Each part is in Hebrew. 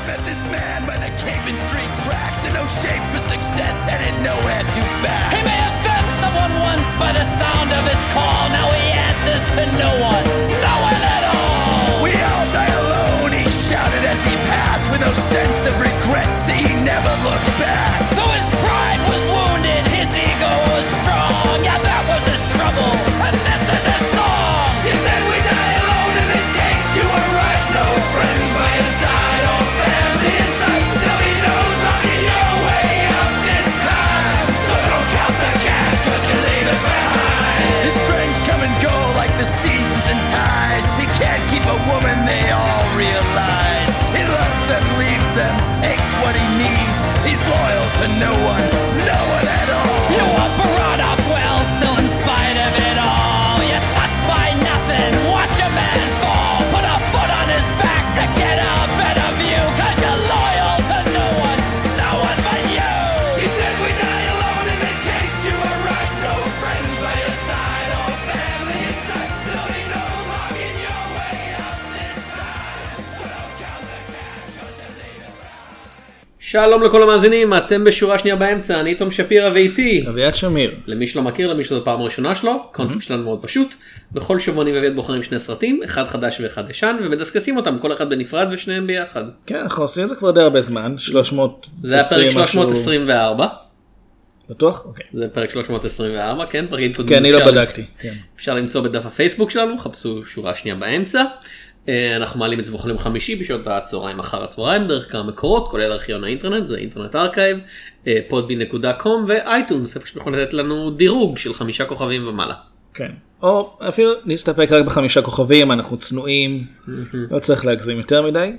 met this man by the Capon Street tracks in no shape for success, headed nowhere too fast. He may have been someone once by the sound of his call. Now he answers to no one at all. We all die alone, he shouted as he passed, with no sense of regret, see he never looked back. Though his pride was wounded, his ego was strong. Yeah, that was his trouble, and this is his song. He said we die alone in this case, you were right. No friends by his side or family in sight. Still he knows I'll get your way out this time. So don't count the cash, cause you leave it behind. His friends come and go like the seasons and tides. He can't keep a woman, they all realize. He loves them, leaves them, takes what he needs. He's loyal to no one at all. You are brought up well, still in spite of it all. You're touched by nothing, watch a man fall. Put a foot on his back to get a better view, cause you're loyal to no one but you. He said we die alone in this case, you were right. No friends by your side or family in sight. Though he knows I'll get your way out this time. So don't count the cash, cause you leave it behind. שלום לכל המאזינים, אתם בשורה שנייה באמצע, אני תום שפירא ואיתי אביעד שמיר. למי שלא מכיר, למי שזו פעם ראשונה שלו, קונספט שלנו מאוד פשוט. בכל שבוע אני ואביעד בוחרים שני סרטים, אחד חדש ואחד ישן, ומדסקסים אותם, כל אחד בנפרד ושניהם ביחד. כן, אנחנו עושים את זה כבר די הרבה זמן, 320 זה הפרק 324. בטוח? אוקיי. זה פרק 324, כן, פרקים קודמים. כן, אני לא בדקתי. אפשר למצוא בדף הפייסבוק שלנו, חפשו שורה שנייה באמצע. אנחנו מעלים את זה בכל יום חמישי בשעות הצהריים אחר הצהריים, דרך כמה מקורות, כולל ארכיון האינטרנט, זה אינטרנט ארכייב, podbean.com ואייטונס, איפה שאתם יכולים לתת לנו דירוג של 5 כוכבים ומעלה. כן, או אפילו נסתפק רק ב5 כוכבים, אנחנו צנועים, לא צריך להגזים יותר מדי.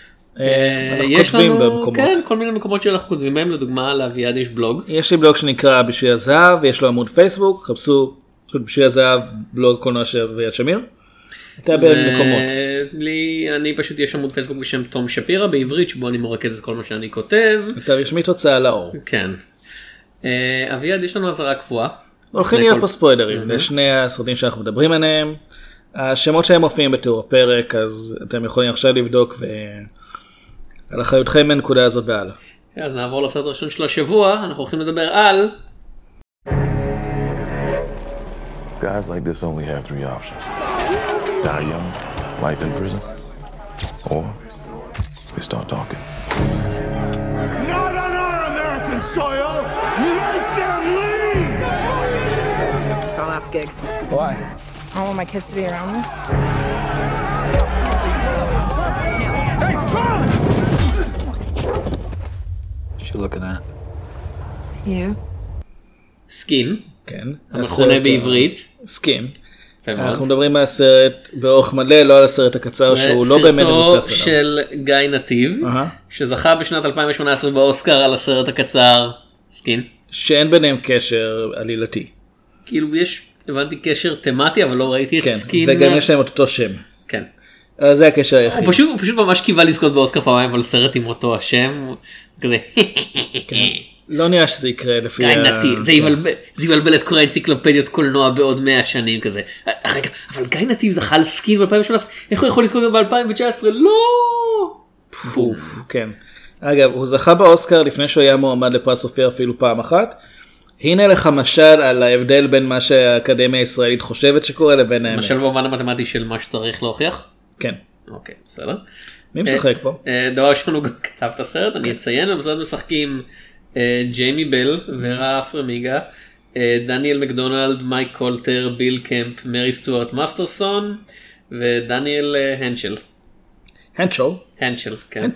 יש לנו, כן, כל מיני מקומות שאנחנו כותבים בהם, לדוגמה לאביעד יש בלוג. יש לי בלוג שנקרא בשביל הזהב, ויש לו עמוד פייסבוק, חפשו בשביל הזהב בלוג קולנוע של אביעד שמיר. אתה במקומות. אני פשוט יש עמוד פייסבוק בשם תום שפירא בעברית, שבו אני מרכז את כל מה שאני כותב. אתה רשמית הוצאה לאור. כן. אביעד, יש לנו אזהרה קבועה. הולכים להיות פה ספוילרים, לשני הסרטים שאנחנו מדברים עליהם. השמות שהם מופיעים בתיאור הפרק, אז אתם יכולים עכשיו לבדוק על אחריותכם מהנקודה הזאת והלאה. אז נעבור לסרט הראשון של השבוע, אנחנו הולכים לדבר על... Guys like this only have 3 options. Die young, life in prison, or they start talking. Not on our American soil! Let them leave! It's our last gig. Why? I don't want my kids to be around this. Hey, run! What you looking at? You? סקין. כן. המכונה בעברית. סקין. אנחנו מדברים על הסרט באורך מלא, לא על הסרט הקצר שהוא לא באמת מבוסס עליו. סרטו של גיא נתיב, שזכה בשנת 2018 באוסקר על הסרט הקצר סקין. שאין ביניהם קשר עלילתי. כאילו יש, הבנתי קשר תמטי, אבל לא ראיתי את סקין. וגם יש להם את אותו שם. כן. זה הקשר היחיד. הוא פשוט ממש קיווה לזכות באוסקר פעמיים על סרט עם אותו השם. כזה. לא נראה שזה יקרה לפי... גיא נתיב, זה יבלבל את כל האנציקלופדיות קולנוע בעוד 100 שנים כזה. רגע, אבל גיא נתיב זכה על סקין ב-2018, איך הוא יכול לזכות ב-2019? לא! כן. אגב, הוא זכה באוסקר לפני שהוא היה מועמד לפרס אופיר אפילו פעם אחת. הנה לך משל על ההבדל בין מה שהאקדמיה הישראלית חושבת שקורה לבין האמת. משל במובן המתמטי של מה שצריך להוכיח? כן. אוקיי, בסדר. מי משחק פה? דבר שלנו גם כתב את הסרט, אני אציין, בסרט משחקים ג'יימי בל ורה פרמיגה, דניאל מקדונלד, מייק קולטר, ביל קמפ, מרי סטוארט מאסטרסון ודניאל הנשל. הנשל, כן.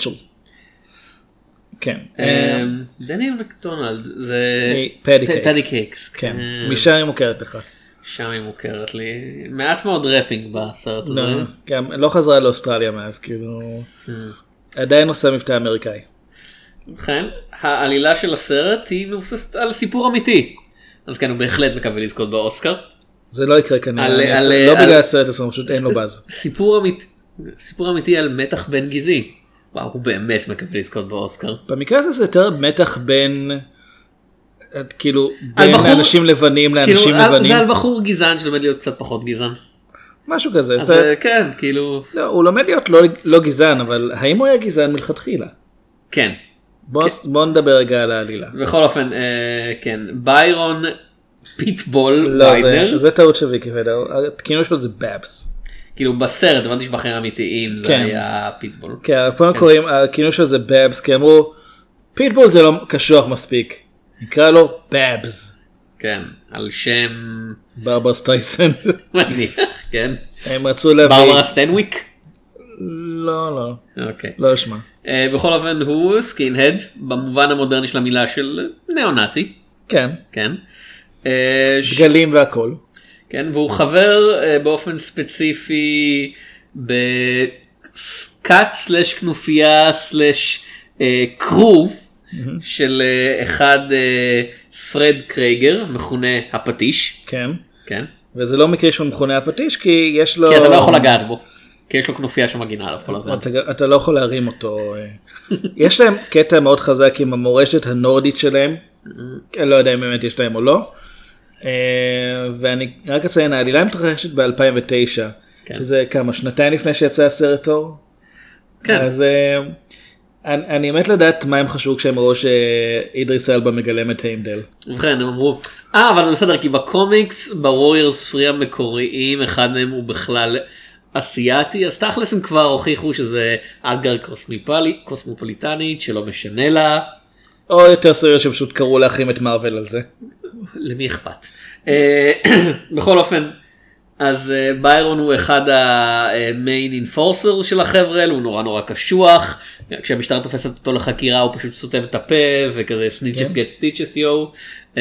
כן. דניאל מקדונלד זה פדי קייקס. כן, משם היא מוכרת לך. שם היא מוכרת לי. מעט מאוד רפינג בסרט הזה. גם לא חזרה לאוסטרליה מאז, כאילו עדיין עושה מבטא אמריקאי. ובכן, העלילה של הסרט היא מבוססת על סיפור אמיתי. אז כן, הוא בהחלט מקווה לזכות באוסקר. זה לא יקרה כנראה, לא בגלל הסרט הזה, פשוט אין לו באז. סיפור אמיתי על מתח בין גזעי. וואו, הוא באמת מקווה לזכות באוסקר. במקרה הזה זה יותר מתח בין, כאילו, בין אנשים לבנים לאנשים לבנים. זה על בחור גזען שלומד להיות קצת פחות גזען. משהו כזה. אז כן, כאילו... לא, הוא לומד להיות לא גזען, אבל האם הוא היה גזען מלכתחילה? כן. בוא נדבר רגע על העלילה. בכל אופן, כן, ביירון פיטבול לא, ויידנר. זה טעות של ויקיפדיה, הכינוי שלו זה בבס. כאילו בסרט, הבנתי שבחיים אמיתיים זה היה פיטבול. כן, פעם קוראים, הכינוי שלו זה בבס, כי אמרו, פיטבול זה לא קשוח מספיק, נקרא לו בבס. כן, על שם... ברברה סטרייסנד. מניח, כן. הם רצו להביא... ברברה סטנוויק? לא. אוקיי. לא אשמע. בכל אופן הוא סקין-הד, במובן המודרני של המילה של ניאו-נאצי. כן. כן. דגלים והכל. כן, והוא חבר באופן ספציפי בכת סלש כנופיה סלש קרו של אחד פרד קרייגר, מכונה הפטיש. כן. כן. וזה לא מקרה שהוא מכונה הפטיש, כי יש לו... כי אתה לא יכול לגעת בו. כי יש לו כנופיה שמגינה עליו כל הזמן. אתה לא יכול להרים אותו. יש להם קטע מאוד חזק עם המורשת הנורדית שלהם. אני לא יודע אם באמת יש להם או לא. ואני רק אציין, העלילה מתרחשת ב-2009. שזה כמה, שנתיים לפני שיצא הסרט אור? כן. אז אני מת לדעת מה הם חשבו כשהם ראו שאידריס אלבה מגלם את היימדל. ובכן, הם אמרו, אבל זה בסדר, כי בקומיקס, בווריורס פרי המקוריים, אחד מהם הוא בכלל אסיאתי, אז תכלס הם כבר הוכיחו שזה אסגר קוסמופוליטנית, שלא משנה לה. או יותר סרט שפשוט קראו להחרים את מארוול על זה. למי אכפת? בכל אופן, אז ביירון הוא אחד המיין אינפורסר של החבר'ה, הוא נורא קשוח, כשהמשטרה תופסת אותו לחקירה הוא פשוט סותם את הפה וכזה סניצ'ס גט סטיצ'ס יו.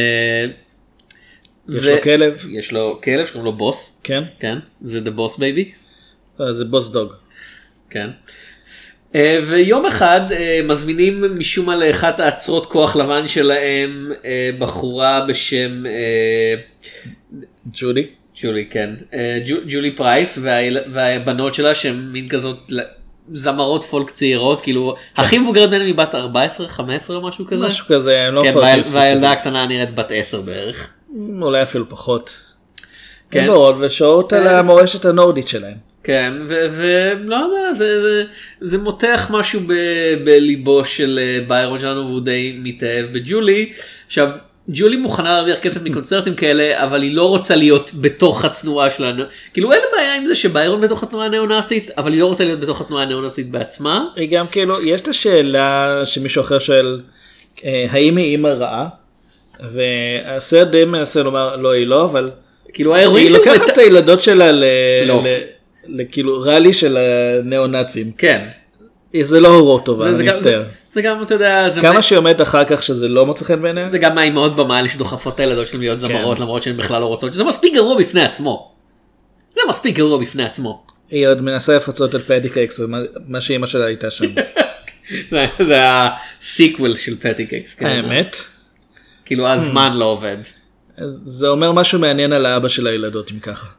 יש לו כלב. יש לו כלב שקוראים לו בוס. כן. כן, זה the boss baby. זה בוס דוג. כן. ויום אחד מזמינים משום מה לאחת העצרות כוח לבן שלהם בחורה בשם ג'ולי. ג'ולי, כן. ג'ולי פרייס והבנות שלה שהן מין כזאת זמרות פולק צעירות, כאילו הכי מבוגרת ביניהם היא בת 14, 15 או משהו כזה. משהו כזה, הם לא כן, פולקים ספציפית. והילדה הקטנה נראית בת 10 בערך. אולי אפילו פחות. כן. לא, ושעות על המורשת הנורדית שלהם. כן, ולא יודע, זה מותח משהו בליבו של ביירון שלנו, והוא די מתאהב בג'ולי. עכשיו, ג'ולי מוכנה להרוויח כסף מקונצרטים כאלה, אבל היא לא רוצה להיות בתוך התנועה שלנו. כאילו אין בעיה עם זה שביירון בתוך התנועה הנאו-נאצית, אבל היא לא רוצה להיות בתוך התנועה הנאו-נאצית בעצמה. היא גם כאילו, יש את השאלה שמישהו אחר שואל, האם היא אימא רעה? והסרט די מנסה לומר, לא, היא לא, אבל... כאילו היא לוקחת את הילדות שלה לכאילו רלי של הנאו-נאצים. כן. זה לא הורות טובה, אני מצטער. זה גם, אתה יודע... כמה שהיא עומדת אחר כך שזה לא מוצא חן בעיניה? זה גם מהאימהות במעל שדוחפות את הילדות שלהם להיות זמרות, למרות שהן בכלל לא רוצות, שזה מספיק גרוע בפני עצמו. זה מספיק גרוע בפני עצמו. היא עוד מנסה לפצות את פטיק אקס, מה שאימא שלה הייתה שם. זה הסיקוול של פטיק אקס. האמת? כאילו הזמן לא עובד. זה אומר משהו מעניין על האבא של הילדות אם ככה.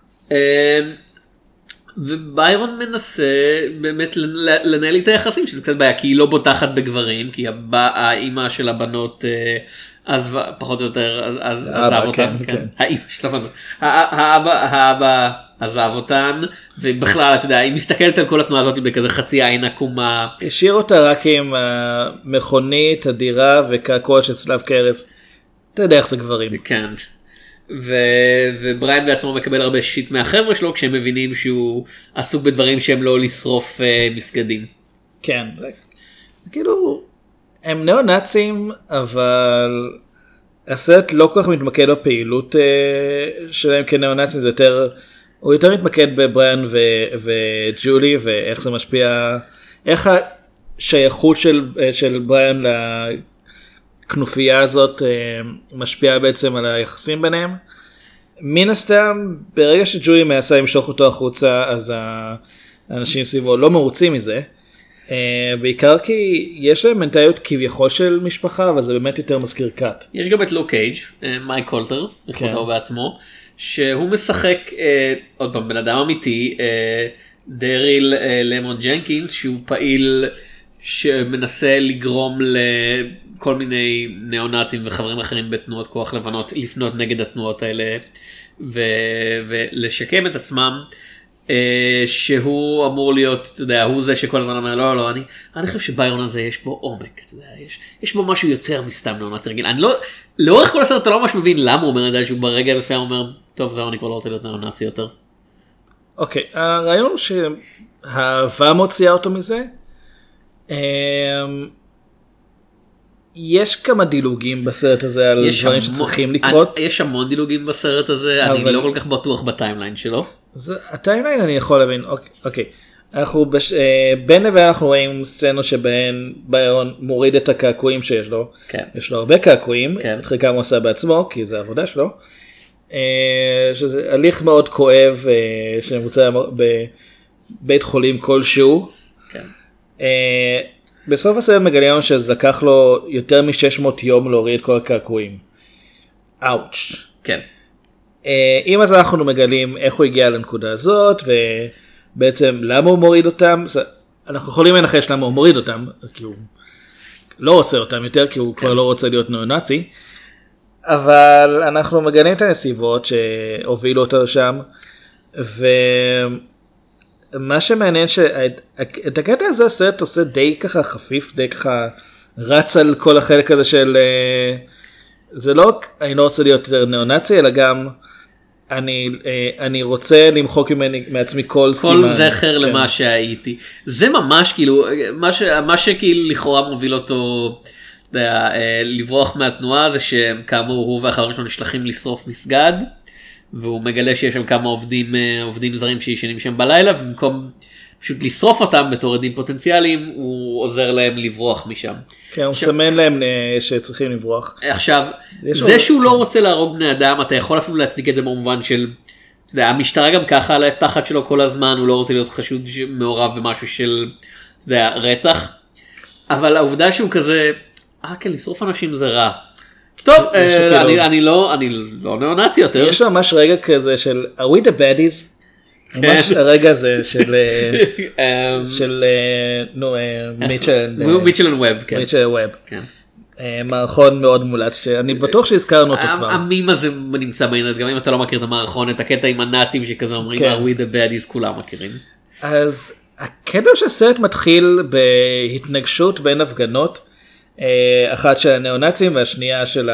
וביירון מנסה באמת לנהל איתה יחסים, שזה קצת בעיה, כי היא לא בוטחת בגברים, כי האימא של הבנות עזבה, פחות או יותר עזב אותן, האימא של הבנות, האבא עזב אותן, ובכלל, אתה יודע, היא מסתכלת על כל התנועה הזאת בכזה חצי עין עקומה. השאיר אותה רק עם המכונית, הדירה וקעקוע של צלב קרס. אתה יודע איך זה גברים. כן. ובריין בעצמו מקבל הרבה שיט מהחבר'ה שלו כשהם מבינים שהוא עסוק בדברים שהם לא לשרוף מסגדים. כן, זה כאילו הם נאו-נאצים, אבל הסרט לא כל כך מתמקד בפעילות שלהם כנאו-נאצים, זה יותר, הוא יותר מתמקד בבריין וג'ולי ואיך זה משפיע, איך השייכות של בריין הכנופיה הזאת משפיעה בעצם על היחסים ביניהם. מן הסתם, ברגע שג'ולי מנסה למשוך אותו החוצה, אז האנשים סביבו לא מרוצים מזה. בעיקר כי יש להם מנטליות כביכול של משפחה, אבל זה באמת יותר מזכיר קאט. יש גם את לוק קייג', מייק קולטר, לכבודו בעצמו, שהוא משחק, עוד פעם, בן אדם אמיתי, דריל למון ג'נקינס, שהוא פעיל שמנסה לגרום לכל מיני ניאו-נאצים וחברים אחרים בתנועות כוח לבנות לפנות נגד התנועות האלה ולשקם את עצמם. שהוא אמור להיות, אתה יודע, הוא זה שכל הזמן אומר, לא, אני חושב שביירון הזה יש בו עומק, אתה יודע, יש בו משהו יותר מסתם נאו-נאצי רגיל. אני לא, לאורך כל הסרט אתה לא ממש מבין למה הוא אומר את זה, שהוא ברגע מסוים אומר, טוב זהו, אני כבר לא רוצה להיות נאו-נאצי יותר. אוקיי, הרעיון הוא שהאהבה מוציאה אותו מזה. יש כמה דילוגים בסרט הזה על דברים שצריכים לקרות. יש המון דילוגים בסרט הזה, אני לא כל כך בטוח בטיימליין שלו. הטיימליין אני יכול להבין, אוקיי. אנחנו בין לבין אנחנו רואים סצנות שבהן ביירון מוריד את הקעקועים שיש לו. יש לו הרבה קעקועים, את חלקם הוא עושה בעצמו, כי זה העבודה שלו. שזה הליך מאוד כואב שמבוצע בבית חולים כלשהו. בסוף הסרט מגלים שזה לקח לו יותר מ-600 יום להוריד את כל הקעקועים. אאוץ'. כן. אם אז אנחנו מגלים איך הוא הגיע לנקודה הזאת, ובעצם למה הוא מוריד אותם, אנחנו יכולים לנחש למה הוא מוריד אותם, כי הוא לא עושה אותם יותר, כי הוא כבר לא רוצה להיות נאו-נאצי, אבל אנחנו מגלים את הנסיבות שהובילו אותו שם, ומה שמעניין שאת הקטע הזה הסרט עושה די ככה חפיף, די ככה רץ על כל החלק הזה של, זה לא, אני לא רוצה להיות יותר נאו-נאצי, אלא גם אני רוצה למחוק מעצמי כל סימן. כל זכר למה שהייתי. זה ממש כאילו, מה שכאילו לכאורה מוביל אותו לברוח מהתנועה, זה שכאמור הוא והחברים שלו נשלחים לשרוף מסגד, והוא מגלה שיש שם כמה עובדים זרים שישנים שם בלילה, ובמקום פשוט לשרוף אותם בתור עדים פוטנציאליים, הוא עוזר להם לברוח משם. כן, הוא מסמן להם שצריכים לברוח. עכשיו, זה שהוא לא רוצה להרוג בני אדם, אתה יכול אפילו להצדיק את זה במובן של, אתה יודע, המשטרה גם ככה על התחת שלו כל הזמן, הוא לא רוצה להיות חשוד מעורב במשהו של, אתה יודע, רצח. אבל העובדה שהוא כזה, כן, לשרוף אנשים זה רע. טוב, אני לא נאו-נאצי יותר. יש לו ממש רגע כזה של, are we the baddies? ממש הרגע הזה של מיטשל אנד ווב. מערכון מאוד מולץ שאני בטוח שהזכרנו אותו כבר. המים הזה נמצא באינטרנט, גם אם אתה לא מכיר את המערכון, את הקטע עם הנאצים שכזה אומרים are we the baddies, כולם מכירים. אז הקטע שהסרט מתחיל בהתנגשות בין הפגנות, אחת של הנאו-נאצים והשנייה של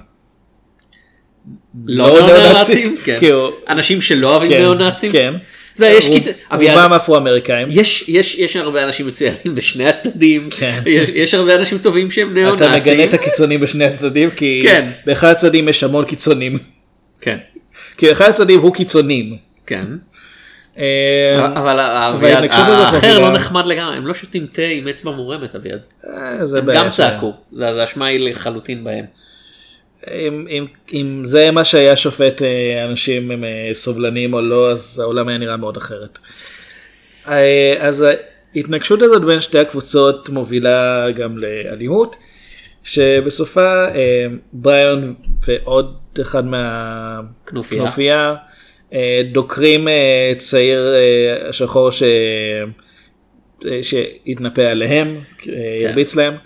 לא נאו-נאצים, אנשים שלא אוהבים נאו-נאצים. כן, רובם אפרו-אמריקאים. יש הרבה אנשים מצוינים בשני הצדדים, יש הרבה אנשים טובים שהם נאו-נאצים. אתה מגנה את הקיצונים בשני הצדדים, כי באחד הצדדים יש המון קיצונים. כן. כי באחד הצדדים הוא קיצונים. כן. אבל האחר לא נחמד לגמרי, הם לא שותים תה עם אצבע מורמת, אביעד. הם גם צעקו, זה אשמה היא לחלוטין בהם. אם זה מה שהיה שופט אנשים הם סובלנים או לא, אז העולם היה נראה מאוד אחרת. אז ההתנגשות הזאת בין שתי הקבוצות מובילה גם לאלימות, שבסופה בריאן ועוד אחד מהכנופיה דוקרים צעיר שחור שהתנפל עליהם, ירביץ להם.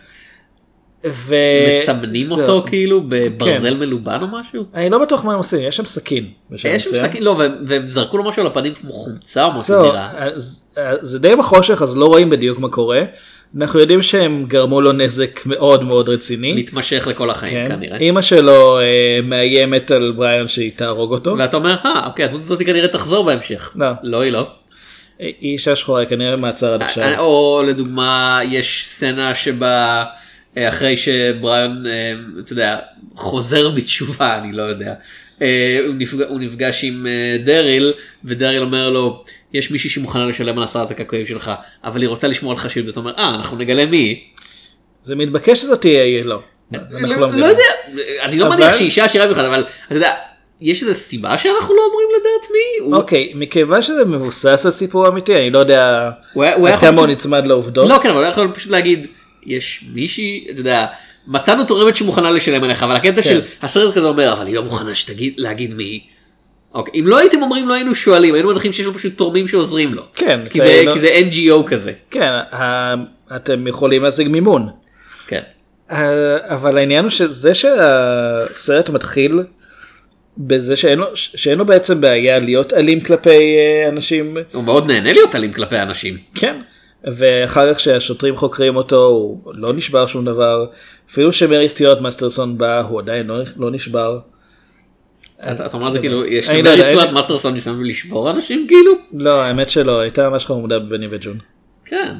מסמנים אותו כאילו בברזל מלובן או משהו? אני לא בטוח מה הם עושים, יש שם סכין. יש שם סכין, לא, והם זרקו לו משהו על הפנים כמו חומצה או משהו נראה. זה די בחושך, אז לא רואים בדיוק מה קורה. אנחנו יודעים שהם גרמו לו נזק מאוד מאוד רציני. מתמשך לכל החיים כנראה. אמא שלו מאיימת על בריאן שהיא תהרוג אותו. ואתה אומר, אוקיי, הדמות הזאת כנראה תחזור בהמשך. לא, היא לא. היא אישה שחורה, כנראה מעצר עד עכשיו. או לדוגמה, יש סצנה שבה אחרי שבריאן, אתה יודע, חוזר בתשובה, אני לא יודע. הוא נפגש עם דריל, ודריל אומר לו, יש מישהי שמוכנה לשלם על 10 הקעקועים שלך, אבל היא רוצה לשמור על חשיבות, ואתה אומר, אנחנו נגלה מי. זה מתבקש שזאת תהיה, לא. לא יודע, אני לא מניח שאישה עשירה בכלל, אבל אתה יודע, יש איזו סיבה שאנחנו לא אמורים לדעת מי? אוקיי, מכיוון שזה מבוסס על סיפור אמיתי, אני לא יודע כמה הוא נצמד לעובדות. לא, כן, אבל הוא יכול פשוט להגיד, יש מישהי, אתה יודע, מצאנו תורמת שמוכנה לשלם עליך, אבל הקטע של הסרט כזה אומר, אבל היא לא מוכנה להגיד מי. אוקיי, אם לא הייתם אומרים, לא היינו שואלים, היינו מנחים שיש לו פשוט תורמים שעוזרים לו. כן. כי זה NGO כזה. כן, אתם יכולים להשיג מימון. כן. אבל העניין הוא שזה שהסרט מתחיל בזה שאין לו בעצם בעיה להיות אלים כלפי אנשים. הוא מאוד נהנה להיות אלים כלפי אנשים. כן, ואחר כך שהשוטרים חוקרים אותו הוא לא נשבר שום דבר, אפילו שמרי סטיוארט מאסטרסון בא הוא עדיין לא נשבר. אתה אומר זה כאילו, יש למרי סטיוארט מאסטרסון ניסיון לשבור אנשים כאילו? לא, האמת שלא, הייתה ממש חמודה בבני וג'ון. כן.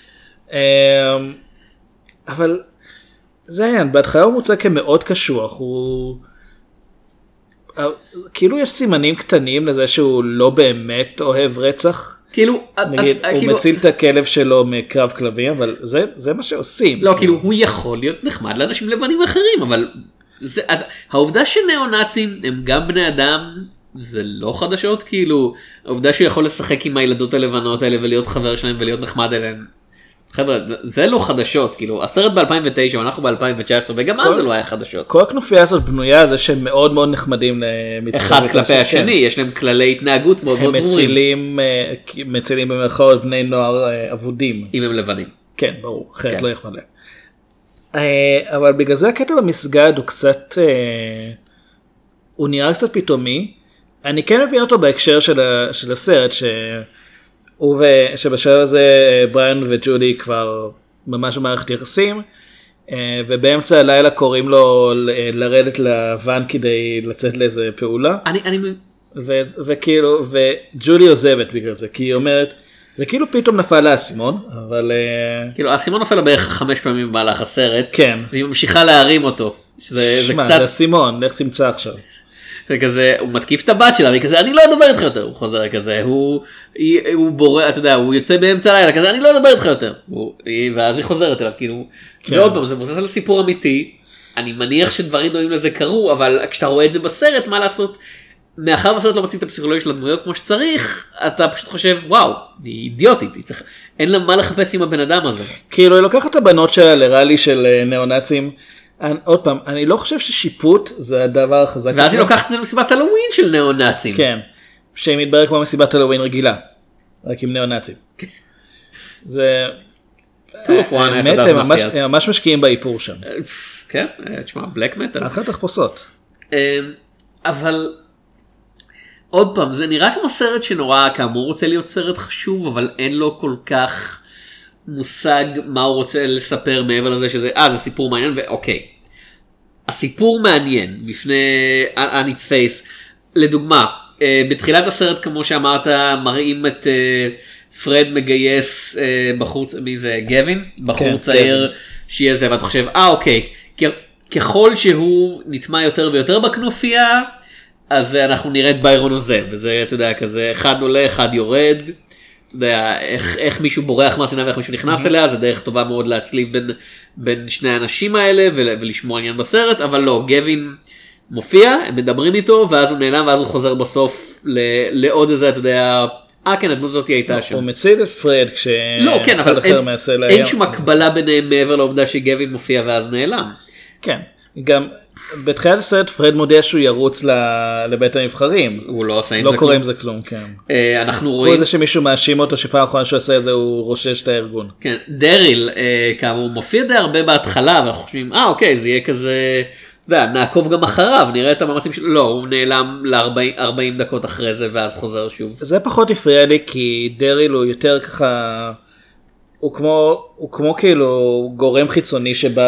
אבל זה העניין, בהתחלה הוא מוצא כמאוד קשוח, הוא כאילו יש סימנים קטנים לזה שהוא לא באמת אוהב רצח. כאילו, נגיד, הוא מציל את הכלב שלו מקרב כלבים, אבל זה מה שעושים. לא, כאילו, הוא יכול להיות נחמד לאנשים לבנים אחרים, אבל העובדה שניאו-נאצים הם גם בני אדם, זה לא חדשות, כאילו, העובדה שהוא יכול לשחק עם הילדות הלבנות האלה ולהיות חבר שלהם ולהיות נחמד אליהם. חבר'ה, זה לא חדשות, כאילו, הסרט ב-2009, אנחנו ב-2019, וגם אז זה לא היה חדשות. כל הכנופיה הזאת בנויה על זה שהם מאוד מאוד נחמדים למצרים. אחד כלפי השני, יש להם כללי התנהגות מאוד מאוד ברורים. הם מצילים במרכאות בני נוער אבודים. אם הם לבנים. כן, ברור, אחרת לא יכול להם. אבל בגלל זה הקטע במסגד הוא קצת, הוא נראה קצת פתאומי. אני כן מבין אותו בהקשר של הסרט, שבשלב הזה בריאן וג'ודי כבר ממש במערכת יחסים, ובאמצע הלילה קוראים לו לרדת לבן כדי לצאת לאיזה פעולה. וכאילו, וג'ודי עוזבת בגלל זה, כי היא אומרת, וכאילו פתאום נפל לה אסימון, אבל כאילו האסימון נופל לה בערך 5 פעמים במהלך הסרט, כן. והיא ממשיכה להרים אותו. שמע, זה אסימון, לך תמצא עכשיו. וכזה, הוא מתקיף את הבת שלה, וכזה, אני לא אדבר איתך יותר, הוא חוזר כזה, הוא בורא, אתה יודע, הוא יוצא באמצע לילה, כזה, אני לא אדבר איתך יותר, ואז היא חוזרת אליו, כאילו, ועוד פעם, זה מבוסס על סיפור אמיתי, אני מניח שדברים דומים לזה קרו, אבל כשאתה רואה את זה בסרט, מה לעשות, מאחר בסרט לא מציג את הפסיכולוגיה של הדמויות כמו שצריך, אתה פשוט חושב, וואו, היא אידיוטית, אין לה מה לחפש עם הבן אדם הזה. כאילו, היא לוקחת את הבנות שלה לראלי של ניאו-נאצים, עוד פעם, אני לא חושב ששיפוט זה הדבר החזק. ואז היא לוקחת את זה למסיבת הלווין של ניאו-נאצים. כן, שהיא מתברר כמו מסיבת הלווין רגילה, רק עם ניאו-נאצים. זה... האמת, הם ממש משקיעים באיפור שם. כן, תשמע, בלק מטל. אחת תחפושות. אבל... עוד פעם, זה נראה כמו סרט שנורא, כאמור רוצה להיות סרט חשוב, אבל אין לו כל כך מושג מה הוא רוצה לספר מעבר לזה שזה, זה סיפור מעניין, ואוקיי. הסיפור מעניין, בפני הנצפייס. לדוגמה, בתחילת הסרט, כמו שאמרת, מראים את פרד מגייס בחור, מי זה? גווין? בחור צעיר שיהיה זה, ואתה חושב, אוקיי, ככל שהוא נטמע יותר ויותר בכנופיה, אז אנחנו נראה את ביירון עוזב, וזה, אתה יודע, כזה, אחד עולה, אחד יורד, אתה יודע, איך מישהו בורח מהסצנה ואיך מישהו נכנס אליה, זה דרך טובה מאוד להצליב בין שני האנשים האלה, ולשמוע עניין בסרט, אבל לא, גווין מופיע, הם מדברים איתו, ואז הוא נעלם, ואז הוא חוזר בסוף לעוד איזה, אתה יודע, כן, הדמות הזאת הייתה שם. הוא מציל את פרד כשאחד אחר מעשה לה... אין שום הקבלה ביניהם מעבר לעובדה שגווין מופיע ואז נעלם. כן, גם... בתחילת הסרט פרד מודיע שהוא ירוץ לבית הנבחרים. הוא לא עושה עם זה כלום. לא קורה עם זה כלום, כן. אנחנו רואים... זה שמישהו מאשים אותו שפעם אחרונה שהוא עושה את זה הוא רושש את הארגון. כן, דריל, כאמור, מופיע די הרבה בהתחלה, ואנחנו חושבים, אוקיי, זה יהיה כזה, אתה יודע, נעקוב גם אחריו, נראה את המאמצים שלו. לא, הוא נעלם ל-40 דקות אחרי זה, ואז חוזר שוב. זה פחות הפריע לי, כי דריל הוא יותר ככה, הוא כמו כאילו גורם חיצוני שבא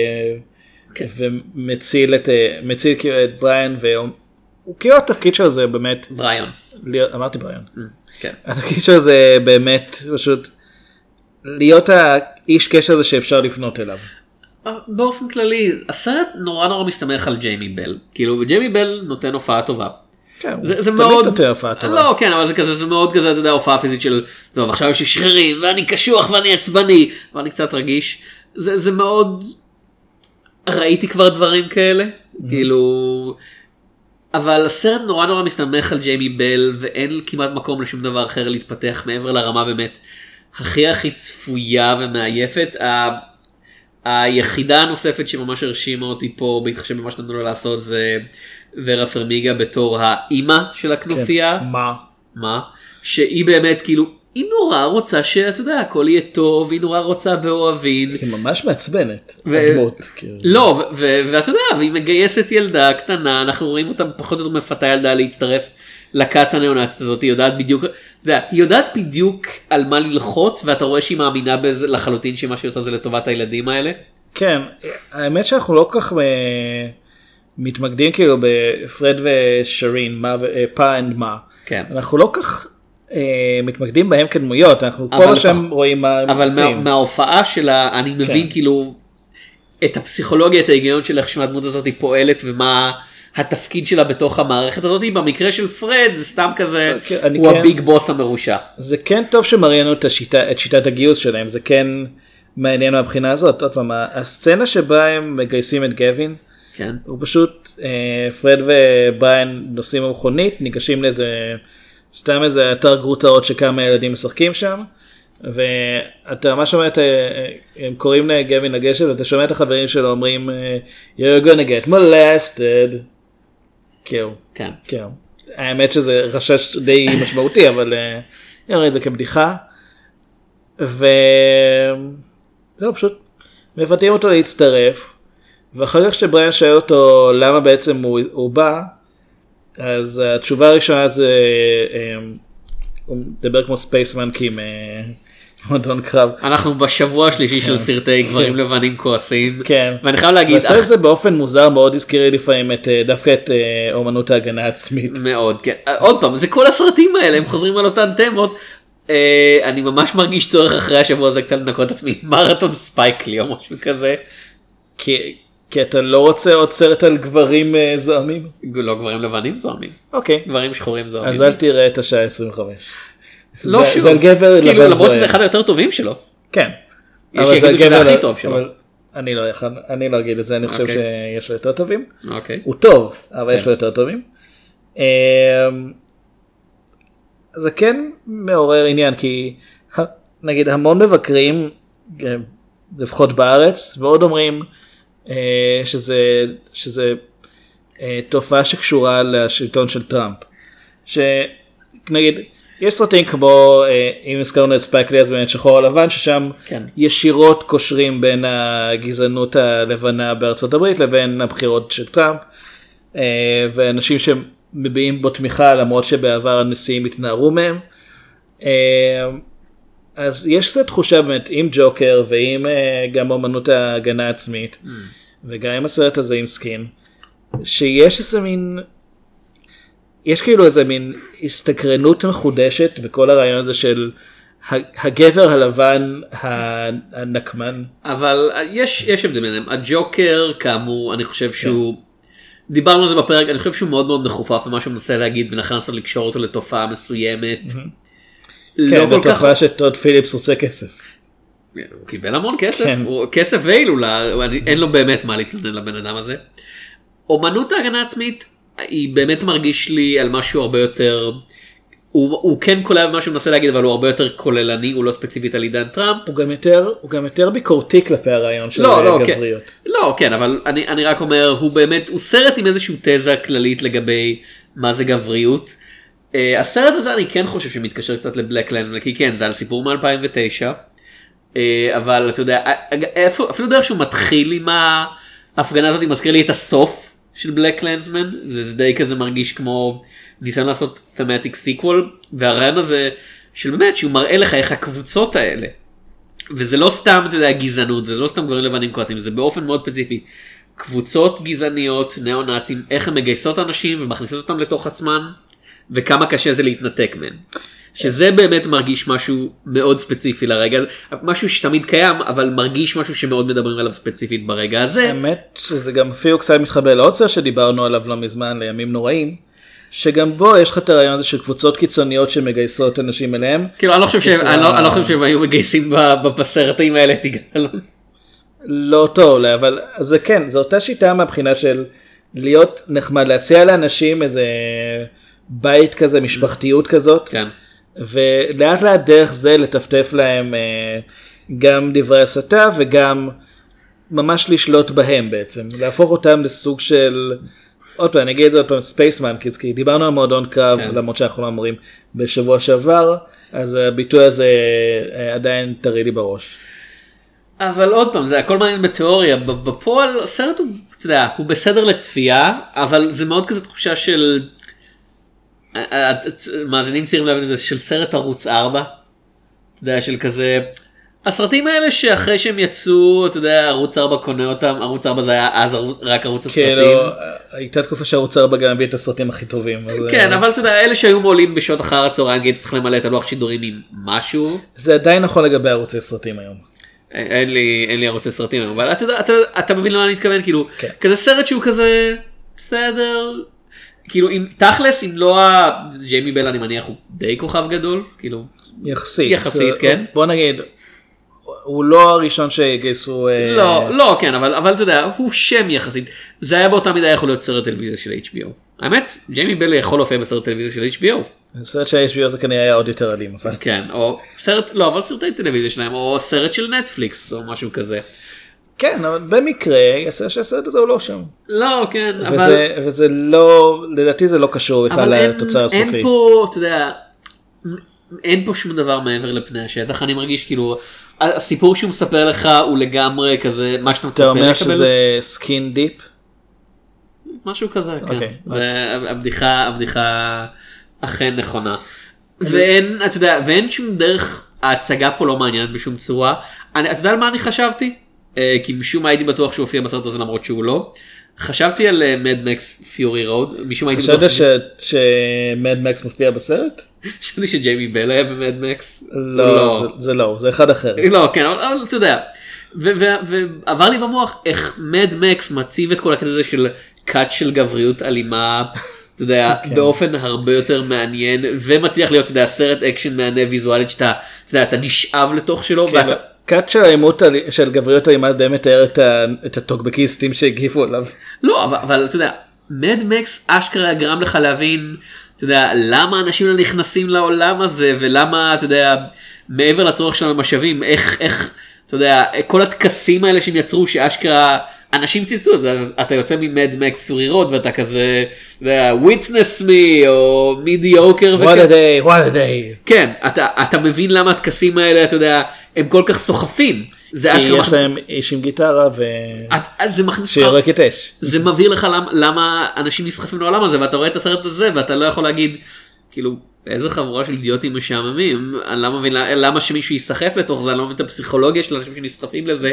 ומציל את בריאן, והוא כאילו התפקיד שלו זה באמת בריאן, אמרתי בריאן, התפקיד שלו זה באמת פשוט להיות האיש קשר הזה שאפשר לפנות אליו. באופן כללי הסרט נורא נורא מסתמך על ג'יימי בל, כאילו ג'יימי בל נותן הופעה טובה. זה מאוד נותן הופעה טובה. לא, כן, אבל זה כזה, זה מאוד כזה, אתה יודע, הופעה פיזית של, טוב, עכשיו יש לי שרירים ואני קשוח ואני עצבני ואני קצת רגיש, זה מאוד, ראיתי כבר דברים כאלה, כאילו, אבל הסרט נורא נורא מסתמך על ג'יימי בל, ואין כמעט מקום לשום דבר אחר להתפתח מעבר לרמה באמת הכי צפויה ומעייפת. היחידה הנוספת שממש הרשימה אותי פה, בהתחשב במה שנתנו לה לעשות, זה ורה פרמיגה בתור האימא של הכנופיה. מה? שהיא באמת כאילו, היא נורא רוצה שאתה יודע, הכל יהיה טוב, היא נורא רוצה באוהבים. היא ממש מעצבנת, הדמות. לא, ואתה יודע, והיא מגייסת ילדה קטנה, אנחנו רואים אותה פחות או יותר מפתה ילדה להצטרף לכת הנאונצית הזאת, היא יודעת בדיוק, אתה יודע, היא יודעת בדיוק על מה ללחוץ, ואתה רואה שהיא מאמינה בזה לחלוטין שמה שהיא עושה זה לטובת הילדים האלה. כן, האמת שאנחנו לא כך מתמקדים כאילו בפרד ושרין, פא אנד מה. כן. אנחנו לא כך מתמקדים בהם כדמויות, אנחנו כל השם רואים מה הם עושים. אבל מההופעה שלה, אני מבין כאילו את הפסיכולוגיה, את ההיגיון של איך שהדמות הזאת היא פועלת, ומה התפקיד שלה בתוך המערכת הזאת. במקרה של פרד זה סתם כזה, הוא הביג בוס המרושע. זה כן טוב שמראיינו את שיטת הגיוס שלהם, זה כן מעניין מהבחינה הזאת. עוד פעם, הסצנה שבה הם מגייסים את גווין, כן. הוא פשוט, פרד ובריין נוסעים במכונית, ניגשים לאיזה, סתם איזה אתר גרוטאות שכמה ילדים משחקים שם, ואתה ממש שומע, הם קוראים לגווין לגשת, ואתה שומע את החברים שלו אומרים, you're gonna get molested. כאילו. כן. כאילו. האמת שזה רשש די משמעותי, אבל יראה את זה כבדיחה. וזהו, פשוט מפתים אותו להצטרף, ואחר כך שבריין שואל אותו למה בעצם הוא בא, אז התשובה הראשונה זה, הוא מדבר כמו ספייסמן כי מועדון קרב. אנחנו בשבוע השלישי של סרטי גברים לבנים כועסים. כן. ואני חייב להגיד, ועשה את זה באופן מוזר מאוד, הזכיר לי לפעמים דווקא את אומנות ההגנה העצמית. מאוד, כן. עוד פעם, זה כל הסרטים האלה, הם חוזרים על אותן תמות. אני ממש מרגיש צורך אחרי השבוע הזה קצת לנקות עצמי, מרתון ספייקלי או משהו כזה. כי אתה לא רוצה עוד סרט על גברים זוהמים? לא, גברים לבנים זוהמים. אוקיי. גברים שחורים זוהמים. אז אל תראה את השעה 25. לא שוב. זה על גבר לבן זוהם. למרות שזה אחד היותר טובים שלו. כן. יש שיגידו שזה הכי טוב שלו. אני לא אגיד את זה, אני חושב שיש לו יותר טובים. הוא טוב, אבל יש לו יותר טובים. זה כן מעורר עניין, כי נגיד המון מבקרים, לפחות בארץ, ועוד אומרים שזה תופעה שקשורה לשלטון של טראמפ. שנגיד, יש סרטים כמו, אם הזכרנו את ספייקלי אז באמת שחור הלבן, ששם ישירות קושרים בין הגזענות הלבנה בארצות הברית לבין הבחירות של טראמפ, ואנשים שמביעים בו תמיכה למרות שבעבר הנשיאים התנערו מהם. אז יש קצת תחושה באמת עם ג'וקר ועם גם אומנות ההגנה העצמית, וגם עם הסרט הזה עם סקין, שיש איזה מין, יש כאילו איזה מין הסתקרנות מחודשת בכל הרעיון הזה של הגבר הלבן הנקמן. אבל יש הבדל ביניהם. הג'וקר כאמור, אני חושב שהוא, דיברנו על זה בפרק, אני חושב שהוא מאוד מאוד מחופף במה שהוא מנסה להגיד, ולכן לנסות לקשור אותו לתופעה מסוימת. כן, בתופעה שטוד פיליפס רוצה כסף. הוא קיבל המון כסף, כסף ואילולה, אין לו באמת מה להתלונן לבן אדם הזה. אומנות ההגנה העצמית היא באמת מרגיש לי על משהו הרבה יותר, הוא כן כולל מה שהוא מנסה להגיד, אבל הוא הרבה יותר כוללני, הוא לא ספציפית על עידן טראמפ. הוא גם יותר ביקורתי כלפי הרעיון של גבריות. לא, כן, אבל אני רק אומר, הוא באמת, הוא סרט עם איזושהי תזה כללית לגבי מה זה גבריות. הסרט הזה אני כן חושב שמתקשר קצת לבלקלנד, כי כן, זה על סיפור מ-2009, אבל אתה יודע, אפילו דרך שהוא מתחיל עם ההפגנה הזאת, מזכיר לי את הסוף של בלקלנדסמן, זה די כזה מרגיש כמו ניסיון לעשות תמטיק סיקוול, והרעיון הזה של באמת שהוא מראה לך איך הקבוצות האלה, וזה לא סתם, אתה יודע, גזענות, זה לא סתם גברים לבנים כועסים, זה באופן מאוד ספציפי, קבוצות גזעניות, נאו-נאצים, איך הם מגייסות אנשים ומכניסות אותם לתוך עצמן, וכמה קשה זה להתנתק מהם. שזה באמת מרגיש משהו מאוד ספציפי לרגע, משהו שתמיד קיים, אבל מרגיש משהו שמאוד מדברים עליו ספציפית ברגע הזה. האמת שזה גם אפילו קצת מתחבר לעוד סרט שדיברנו עליו לא מזמן, לימים נוראים, שגם בו יש לך את הרעיון הזה של קבוצות קיצוניות שמגייסות אנשים אליהם. כאילו, אני לא חושב שהם היו מגייסים בסרטים האלה, תגלו. לא טוב, אבל זה כן, זו אותה שיטה מהבחינה של להיות נחמד, להציע לאנשים איזה בית כזה, משפחתיות כזאת. כן. ולאט לאט דרך זה לטפטף להם גם דברי הסתה וגם ממש לשלוט בהם בעצם, להפוך אותם לסוג של, עוד פעם, אני אגיד את זה עוד פעם, ספייסמן, כי דיברנו על מועדון קרב, למרות שאנחנו לא אמורים בשבוע שעבר, אז הביטוי הזה עדיין טרי לי בראש. אבל עוד פעם, זה הכל מעניין בתיאוריה, בפועל הסרט הוא, אתה יודע, הוא בסדר לצפייה, אבל זה מאוד כזה תחושה של, מאזינים צעירים להבין את זה, של סרט ערוץ 4, אתה יודע, של כזה, הסרטים האלה שאחרי שהם יצאו, אתה יודע, ערוץ 4 קונה אותם, ערוץ 4 זה היה אז רק ערוץ הסרטים. כאילו, הייתה תקופה שערוץ 4 גם הביא את הסרטים הכי טובים. כן, אבל אתה יודע, אלה שהיו מעולים בשעות אחר הצהריים, היית צריך למלא את הלוח שידורים עם משהו. זה עדיין נכון לגבי ערוצי סרטים היום. אין לי ערוצי סרטים, אבל אתה מבין למה אני מתכוון, כאילו, כזה סרט שהוא כזה, בסדר, כאילו, תכלס, אם לא ג'יימי בל, אני מניח, הוא די כוכב גדול, כאילו, יחסית, כן. בוא נגיד, הוא לא הראשון שגייסו... לא, כן, אבל אתה יודע, הוא שם יחסית, זה היה באותה מידה יכול להיות סרט טלוויזיה של HBO. האמת, ג'יימי בל יכול להופיע בסרט טלוויזיה של HBO. סרט של HBO זה כנראה היה עוד יותר אלים. כן, או סרט, לא, אבל סרטי טלוויזיה שלהם, או סרט של נטפליקס, או משהו כזה. כן, אבל במקרה, יעשה שהסרט הזה הוא לא שם. לא, כן, אבל... וזה לא, לדעתי זה לא קשור בכלל לתוצר הסופי. אין פה, אתה יודע, אין פה שום דבר מעבר לפני השטח, אני מרגיש כאילו, הסיפור שהוא מספר לך הוא לגמרי כזה, מה שאתה מצפה לקבל. אתה אומר שזה סקין דיפ? משהו כזה, כן. הבדיחה אכן נכונה. ואין, אתה יודע, ואין שום דרך, ההצגה פה לא מעניינת בשום צורה. אתה יודע על מה אני חשבתי? כי משום מה הייתי בטוח שהוא הופיע בסרט הזה למרות שהוא לא. חשבתי על Mad Max Fury Road, משום מה הייתי בטוח... חשבת שמד מקס מופיע בסרט? חשבתי שג'יימי בל היה במד מקס. לא, זה לא, זה אחד אחר. לא, כן, אבל אתה יודע. ועבר לי במוח איך מד מקס מציב את כל הקטע הזה של קאט של גבריות אלימה, אתה יודע, באופן הרבה יותר מעניין, ומצליח להיות, אתה יודע, סרט אקשן מענה ויזואלית שאתה, אתה יודע, אתה נשאב לתוך שלו. קאט של האלימות של גבריות אלימה די מתאר את הטוקבקיסטים שהגיבו עליו. לא, אבל אתה יודע, מד מקס אשכרה גרם לך להבין, אתה יודע, למה אנשים נכנסים לעולם הזה, ולמה, אתה יודע, מעבר לצורך שלנו במשאבים, איך, אתה יודע, כל התקסים האלה שהם יצרו, שאשכרה אנשים ציצו, אתה יוצא ממד מקס פורי רוד, ואתה כזה, אתה יודע, witness me, או mediocre, what a day. כן, אתה מבין למה התקסים האלה, אתה יודע, הם כל כך סוחפים. כי יש להם איש עם גיטרה שיורקת אש. זה מבהיר לך למה אנשים נסחפים לעולם הזה, ואתה רואה את הסרט הזה, ואתה לא יכול להגיד, כאילו, איזה חבורה של אידיוטים משעממים, אני לא מבין למה שמישהו יסחף לתוך זה, אני לא מבין את הפסיכולוגיה של אנשים שנסחפים לזה,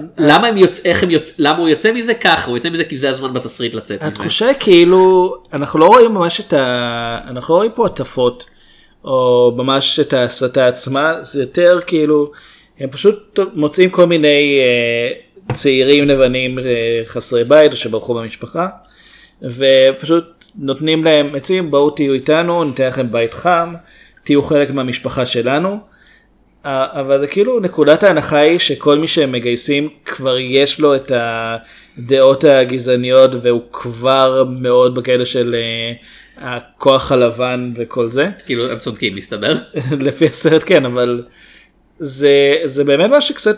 למה הוא יוצא מזה ככה, הוא יוצא מזה כי זה הזמן בתסריט לצאת מזה. התחושה כאילו, אנחנו לא רואים ממש אנחנו לא רואים פה עטפות, או ממש את ההסתה עצמה, זה יותר כאילו, הם פשוט מוצאים כל מיני צעירים לבנים חסרי בית, או שברחו במשפחה, ופשוט נותנים להם עצים, בואו תהיו איתנו, ניתן לכם בית חם, תהיו חלק מהמשפחה שלנו, אבל זה כאילו נקודת ההנחה היא שכל מי שהם מגייסים כבר יש לו את הדעות הגזעניות, והוא כבר מאוד בקטע של הכוח הלבן וכל זה. כאילו הם צודקים מסתבר. לפי הסרט כן, אבל זה באמת מה שקצת,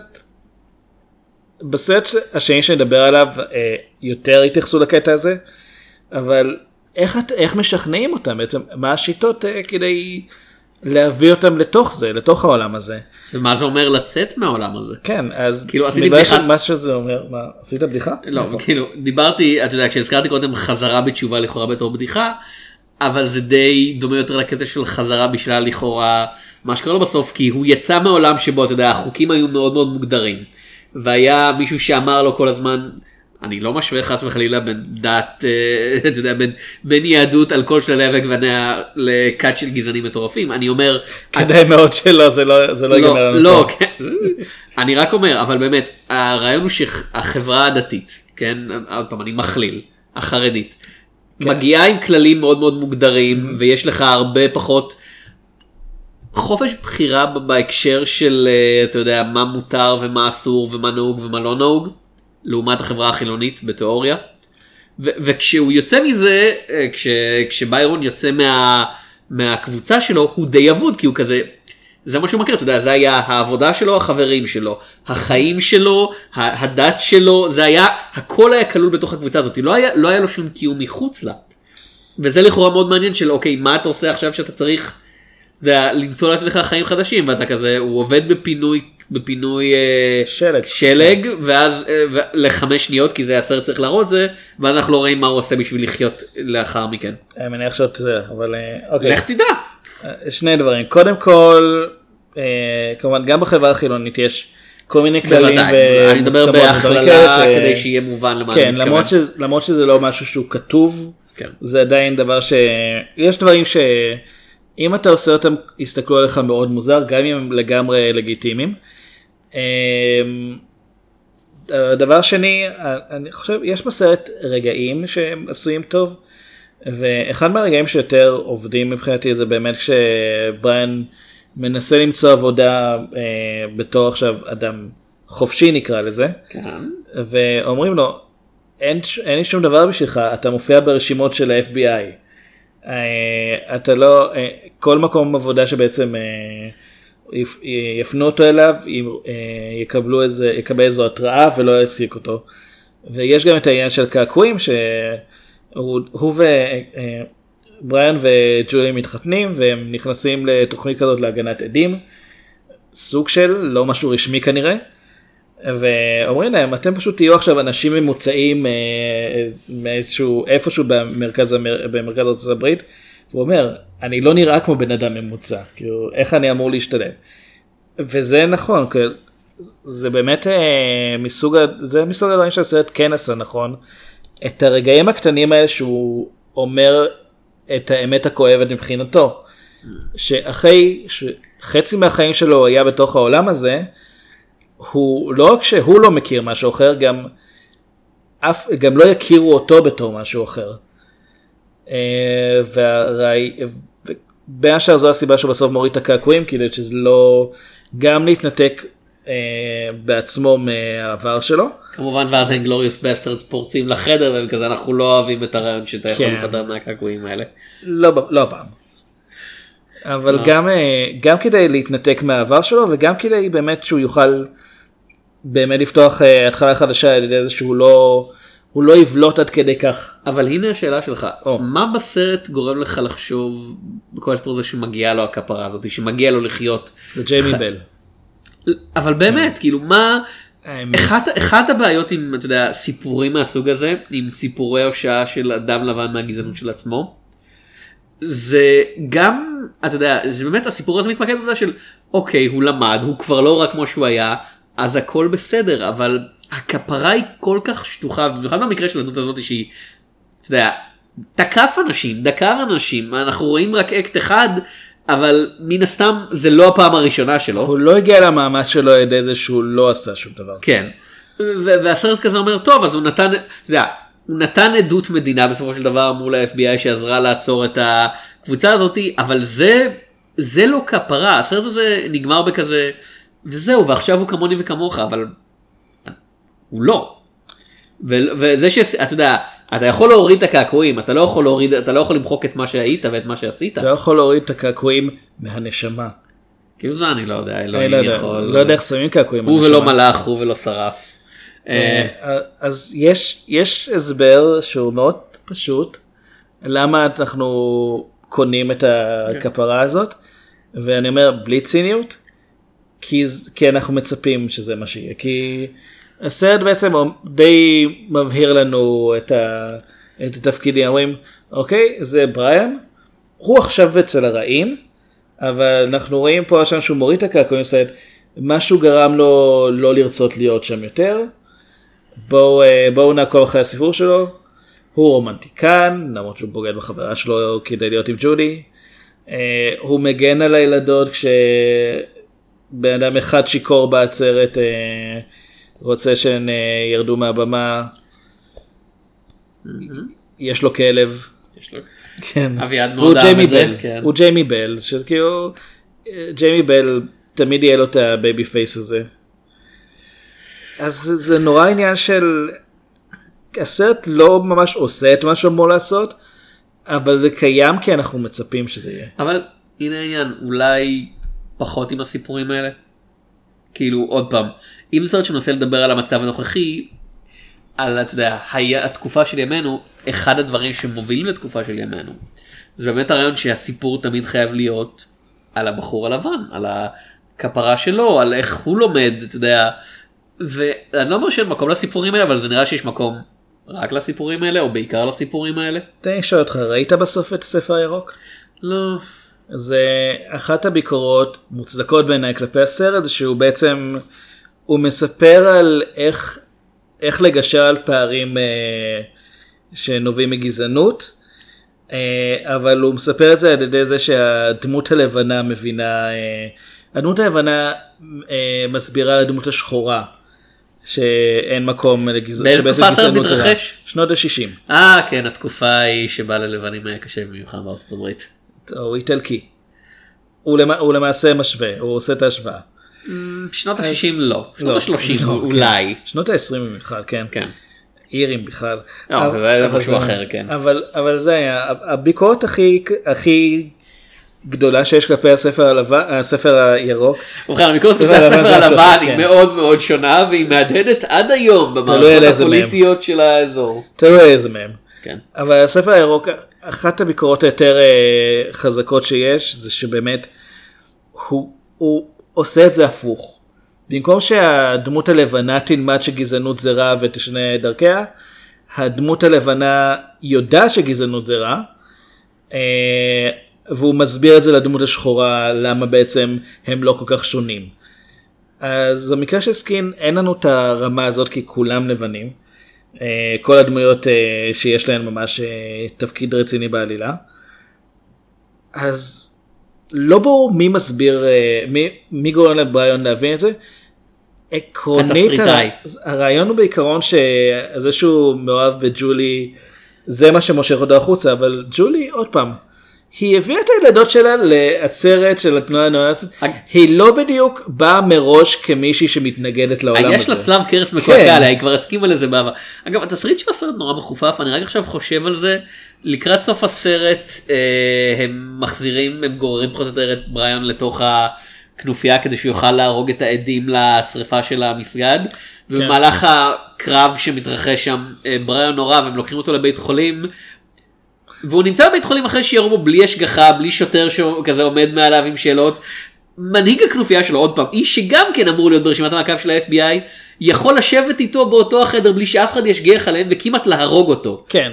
בסרט השני שנדבר עליו יותר התייחסו לקטע הזה, אבל איך משכנעים אותם בעצם, מה השיטות כדי להביא אותם לתוך זה, לתוך העולם הזה. ומה זה אומר לצאת מהעולם הזה? כן, אז כאילו עשיתי בדיחה. מה שזה אומר, מה, עשית בדיחה? לא, כאילו, דיברתי, אתה יודע, כשהזכרתי קודם חזרה בתשובה לכאורה בתור בדיחה, אבל זה די דומה יותר לקטע של חזרה בשביל לכאורה, מה שקרה לו בסוף, כי הוא יצא מהעולם שבו, אתה יודע, החוקים היו מאוד מאוד מוגדרים, והיה מישהו שאמר לו כל הזמן, אני לא משווה חס וחלילה בין דת, אתה יודע, בין יהדות על כל שללי וגווניה לקאט של גזענים מטורפים, אני אומר... כדאי מאוד שלא, זה לא ייגמר לנו. לא, כן, אני רק אומר, אבל באמת, הרעיון הוא שהחברה הדתית, כן, עוד פעם, אני מכליל, החרדית, מגיעה עם כללים מאוד מאוד מוגדרים, ויש לך הרבה פחות חופש בחירה בהקשר של, אתה יודע, מה מותר ומה אסור ומה נהוג ומה לא נהוג, לעומת החברה החילונית בתיאוריה, וכשהוא יוצא מזה, כשביירון יוצא מהקבוצה שלו, הוא די אבוד, כי הוא כזה, זה מה שהוא מכיר, אתה יודע, זה היה העבודה שלו, החברים שלו, החיים שלו, הדת שלו, זה היה, הכל היה כלול בתוך הקבוצה הזאת, לא היה לו שום קיום מחוץ לה, וזה לכאורה מאוד מעניין של, אוקיי, מה אתה עושה עכשיו שאתה צריך, למצוא לעצמך חיים חדשים, ואתה כזה, הוא עובד בפינוי שלג, ואז ל5 שניות, כי זה הסרט צריך להראות זה, ואז אנחנו לא רואים מה הוא עושה בשביל לחיות לאחר מכן. אני מניח שאת זה, אבל אוקיי. לך תדע. שני דברים, קודם כל, כמובן גם בחברה החילונית יש כל מיני כללים אני מדבר בהכללה כדי שיהיה מובן למה אני מתכוון. כן, למרות שזה לא משהו שהוא כתוב, זה עדיין דבר יש דברים שאם אתה עושה אותם יסתכלו עליך מאוד מוזר, גם אם הם לגמרי לגיטימיים. דבר שני, אני חושב יש בסרט רגעים שהם עשויים טוב, ואחד מהרגעים שיותר עובדים מבחינתי זה באמת כשבריאן מנסה למצוא עבודה בתור עכשיו אדם חופשי נקרא לזה, ואומרים לו אין לי שום דבר בשבילך, אתה מופיע ברשימות של ה-FBI, אתה לא, כל מקום עבודה שבעצם יפנו אותו אליו, יקבל איזו התראה ולא יעסיק אותו. ויש גם את העניין של קעקועים שהוא בריאן וג'ולי מתחתנים והם נכנסים לתוכנית כזאת להגנת עדים, סוג של לא משהו רשמי כנראה, ואומרים להם אתם פשוט תהיו עכשיו אנשים ממוצעים איפשהו במרכז ארצות הברית, הוא אומר אני לא נראה כמו בן אדם ממוצע, כאילו איך אני אמור להשתלם, וזה נכון, זה באמת מסוג הדברים שהסרט כן עשה נכון, את הרגעים הקטנים האלה שהוא אומר את האמת הכואבת מבחינתו, שאחרי שחצי מהחיים שלו היה בתוך העולם הזה, הוא לא רק שהוא לא מכיר משהו אחר, גם לא יכירו אותו בתור משהו אחר. בין השאר זו הסיבה שהוא בסוף מוריד את הקעקועים, כדי שזה לא גם להתנתק בעצמו מהעבר שלו. כמובן, ואז אינגלוריוס בסטרדס פורצים לחדר, והם כזה אנחנו לא אוהבים את הרעיון שאתה יכול לפטר מהקעקועים האלה. לא פעם. אבל גם כדי להתנתק מהעבר שלו, וגם כדי באמת שהוא יוכל באמת לפתוח התחלה חדשה, על ידי זה שהוא לא יבלוט עד כדי כך. אבל הנה השאלה שלך, מה בסרט גורם לך לחשוב בכל הסיפור הזה שמגיעה לו הכפרה הזאת, שמגיע לו לחיות? זה ג'יימי בל. אבל באמת, כאילו מה, אחת הבעיות עם, אתה יודע, סיפורים מהסוג הזה, עם סיפורי הושעה של אדם לבן מהגזענות של עצמו, זה גם, אתה יודע, זה באמת הסיפור הזה מתמקד בזה של, אוקיי, הוא למד, הוא כבר לא רק כמו שהוא היה, אז הכל בסדר, אבל הכפרה היא כל כך שטוחה, במיוחד במקרה של הדמות הזאת שהיא, אתה יודע, תקף אנשים, דקר אנשים, אנחנו רואים רק אקט אחד, אבל מן הסתם זה לא הפעם הראשונה שלו. הוא לא הגיע למאמץ שלו על ידי זה שהוא לא עשה שום דבר. כן, והסרט כזה אומר, טוב, אז הוא נתן, אתה יודע, הוא נתן עדות מדינה בסופו של דבר מול ה-FBI שעזרה לעצור את הקבוצה הזאת, אבל זה לא כפרה, הסרט הזה נגמר בכזה, וזהו, ועכשיו הוא כמוני וכמוך, אבל הוא לא. וזה שאתה יודע, אתה יכול להוריד את הקעקועים, אתה לא יכול למחוק את מה שהיית ואת מה שעשית. אתה לא יכול להוריד את הקעקועים מהנשמה. כאילו זה אני לא יודע, אלוהים יכול. לא יודע איך שמים קעקועים הוא ולא מלאך, הוא ולא שרף. אז יש הסבר שהוא מאוד פשוט, למה אנחנו קונים את הכפרה הזאת, ואני אומר בלי ציניות, כי אנחנו מצפים שזה מה שיהיה, כי הסרט בעצם די מבהיר לנו את התפקידים, אומרים אוקיי זה בריאן, הוא עכשיו אצל הרעים, אבל אנחנו רואים פה עכשיו שהוא מוריד את הקעקועים, משהו גרם לו לא לרצות להיות שם יותר, בואו נעקוב אחרי הסיפור שלו, הוא רומנטיקן, למרות שהוא בוגד בחברה שלו כדי להיות עם ג'ודי, הוא מגן על הילדות כשבן אדם אחד שיקור בעצרת רוצה שהן ירדו מהבמה, יש לו כלב, אביעד מאוד אהב את זה, הוא ג'יימי בל, שכאילו ג'יימי בל תמיד יהיה לו את הבייבי פייס הזה. אז זה נורא עניין של הסרט לא ממש עושה את מה שאמור לעשות, אבל זה קיים כי אנחנו מצפים שזה יהיה. אבל הנה העניין, אולי פחות עם הסיפורים האלה. כאילו עוד פעם, אם סרט שמנסה לדבר על המצב הנוכחי, על אתה יודע, התקופה של ימינו, אחד הדברים שמובילים לתקופה של ימינו, זה באמת הרעיון שהסיפור תמיד חייב להיות על הבחור הלבן, על הכפרה שלו, על איך הוא לומד, אתה יודע, ואני לא אומר שאין מקום לסיפורים האלה, אבל זה נראה שיש מקום רק לסיפורים האלה, או בעיקר לסיפורים האלה. תן לי לשאול אותך, ראית בסוף את הספר הירוק? לא. זה אחת הביקורות מוצדקות בעיניי כלפי הסרט, זה שהוא בעצם, הוא מספר על איך לגשר על פערים שנובעים מגזענות, אבל הוא מספר את זה על ידי זה שהדמות הלבנה מבינה, הדמות הלבנה מסבירה לדמות השחורה, שאין מקום לגזענות. באיזה תקופה הסרט מתרחש? שנות ה-60. כן, התקופה היא שבה ללבנים היה קשה במיוחד בארצות הברית. הוא איטלקי. הוא למעשה משווה, הוא עושה את ההשוואה. שנות ה-60 לא, שנות ה-30 אולי. שנות ה-20 בכלל, כן. כן. אירים בכלל. זה משהו אחר, כן. אבל זה היה, הביקורת הכי גדולה שיש כלפי הספר הירוק. ובכן, הביקורת כלפי הספר הלבן היא מאוד מאוד שונה, והיא מהדהדת עד היום במערכות הפוליטיות של האזור. תלוי איזה מהם. כן. אבל הספר הירוק, אחת הביקורות היותר חזקות שיש, זה שבאמת הוא עושה את זה הפוך. במקום שהדמות הלבנה תלמד שגזענות זה רע ותשנה דרכיה, הדמות הלבנה יודעת שגזענות זה רע, והוא מסביר את זה לדמות השחורה, למה בעצם הם לא כל כך שונים. אז במקרה של סקין אין לנו את הרמה הזאת כי כולם לבנים. כל הדמויות שיש להן ממש תפקיד רציני בעלילה. אז לא ברור מי מסביר, מי גורם לבריאון להבין את זה. עקרונית, הרעיון הוא בעיקרון שזה שהוא מאוהב בג'ולי, זה מה שמושך אותו החוצה, אבל ג'ולי עוד פעם, היא הביאה את הילדות שלה לעצרת של התנועה הנאצית, היא לא בדיוק באה מראש כמישהי שמתנגדת לעולם הזה. יש לה צלב קרס מקועקע עליה, היא כבר הסכימה לזה בעבר. אגב, התסריט של הסרט נורא מחופף, אני רק עכשיו חושב על זה, לקראת סוף הסרט הם מחזירים, הם גוררים פחות או יותר את בריאון לתוך הכנופיה כדי שהוא יוכל להרוג את העדים לשריפה של המסגד, ובמהלך הקרב שמתרחש שם בריאון נורא והם לוקחים אותו לבית חולים, והוא נמצא בבית חולים אחרי שירו בו בלי השגחה, בלי שוטר שכזה עומד מעליו עם שאלות. מנהיג הכנופיה שלו, עוד פעם, איש שגם כן אמור להיות ברשימת המעקב של ה-FBI, יכול לשבת איתו באותו החדר בלי שאף אחד ישגיח עליהם וכמעט להרוג אותו. כן.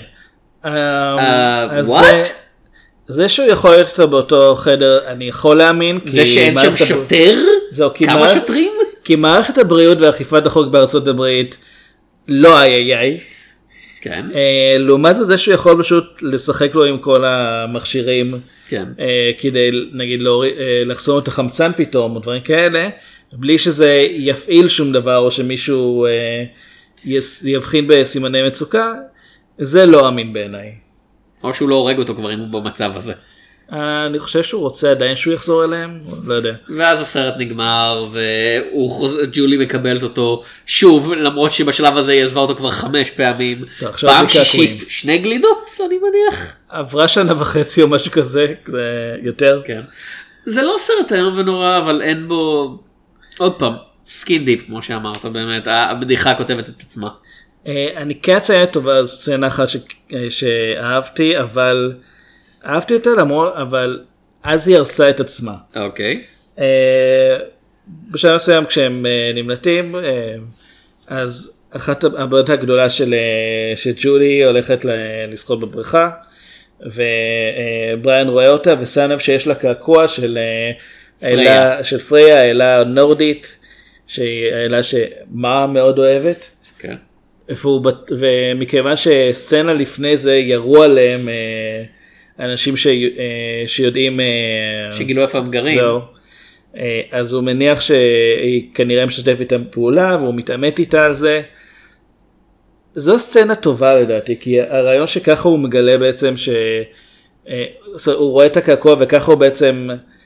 what? זה שהוא יכול להיות איתו באותו חדר, אני יכול להאמין. זה שאין שם שוטר? כמה שוטרים? כי מערכת הבריאות ואכיפת החוק בארצות הברית לא איי. כן. לעומת זה שהוא יכול פשוט לשחק לו עם כל המכשירים, כן. כדי נגיד לחסום את החמצן פתאום או דברים כאלה, בלי שזה יפעיל שום דבר או שמישהו יבחין בסימני מצוקה, זה לא אמין בעיניי. או שהוא לא הורג אותו כבר אם הוא במצב הזה. אני חושב שהוא רוצה עדיין שהוא יחזור אליהם, לא יודע. ואז הסרט נגמר וג'ולי מקבלת אותו שוב, למרות שבשלב הזה היא עזבה אותו כבר 5 פעמים. פעם שישית 2 גלידות אני מניח. עברה 1.5 שנה או משהו כזה, זה יותר. כן. זה לא סרט היום ונורא, אבל אין בו, עוד פעם, סקין דיפ כמו שאמרת, באמת, הבדיחה כותבת את עצמה. אני כן אציין טובה סצנה אחת שאהבתי, אבל אהבתי אותה למרות, אבל אז היא הרסה את עצמה. אוקיי. בשלב מסוים כשהם נמלטים, אז אחת הבעיות הגדולה שג'ולי הולכת לשחות בבריכה, ובריאן רואה אותה ושם לב שיש לה קעקוע של פריה, האלה נורדית, שהיא האלה שמה מאוד אוהבת. כן. ומכיוון שסצנה לפני זה ירו עליהם אנשים שיודעים שגילו איפה הם גרים, אז הוא מניח שהיא כנראה משתף איתם פעולה והוא מתאמת איתה על זה. זו סצנה טובה לדעתי, כי הרעיון שככה הוא מגלה בעצם שהוא רואה את הקעקוע וככה הוא בעצם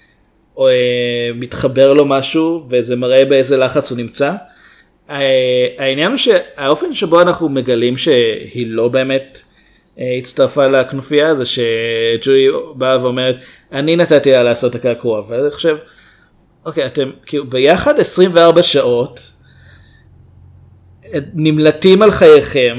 מתחבר לו משהו וזה מראה באיזה לחץ הוא נמצא. העניין הוא שהאופן שבו אנחנו מגלים שהיא לא באמת הצטרפה לכנופיה זה שג'ולי באה ואומרת אני נתתי לה לעשות את הקעקוע, ואני חושב אוקיי, אתם כאילו ביחד 24 שעות נמלטים על חייכם,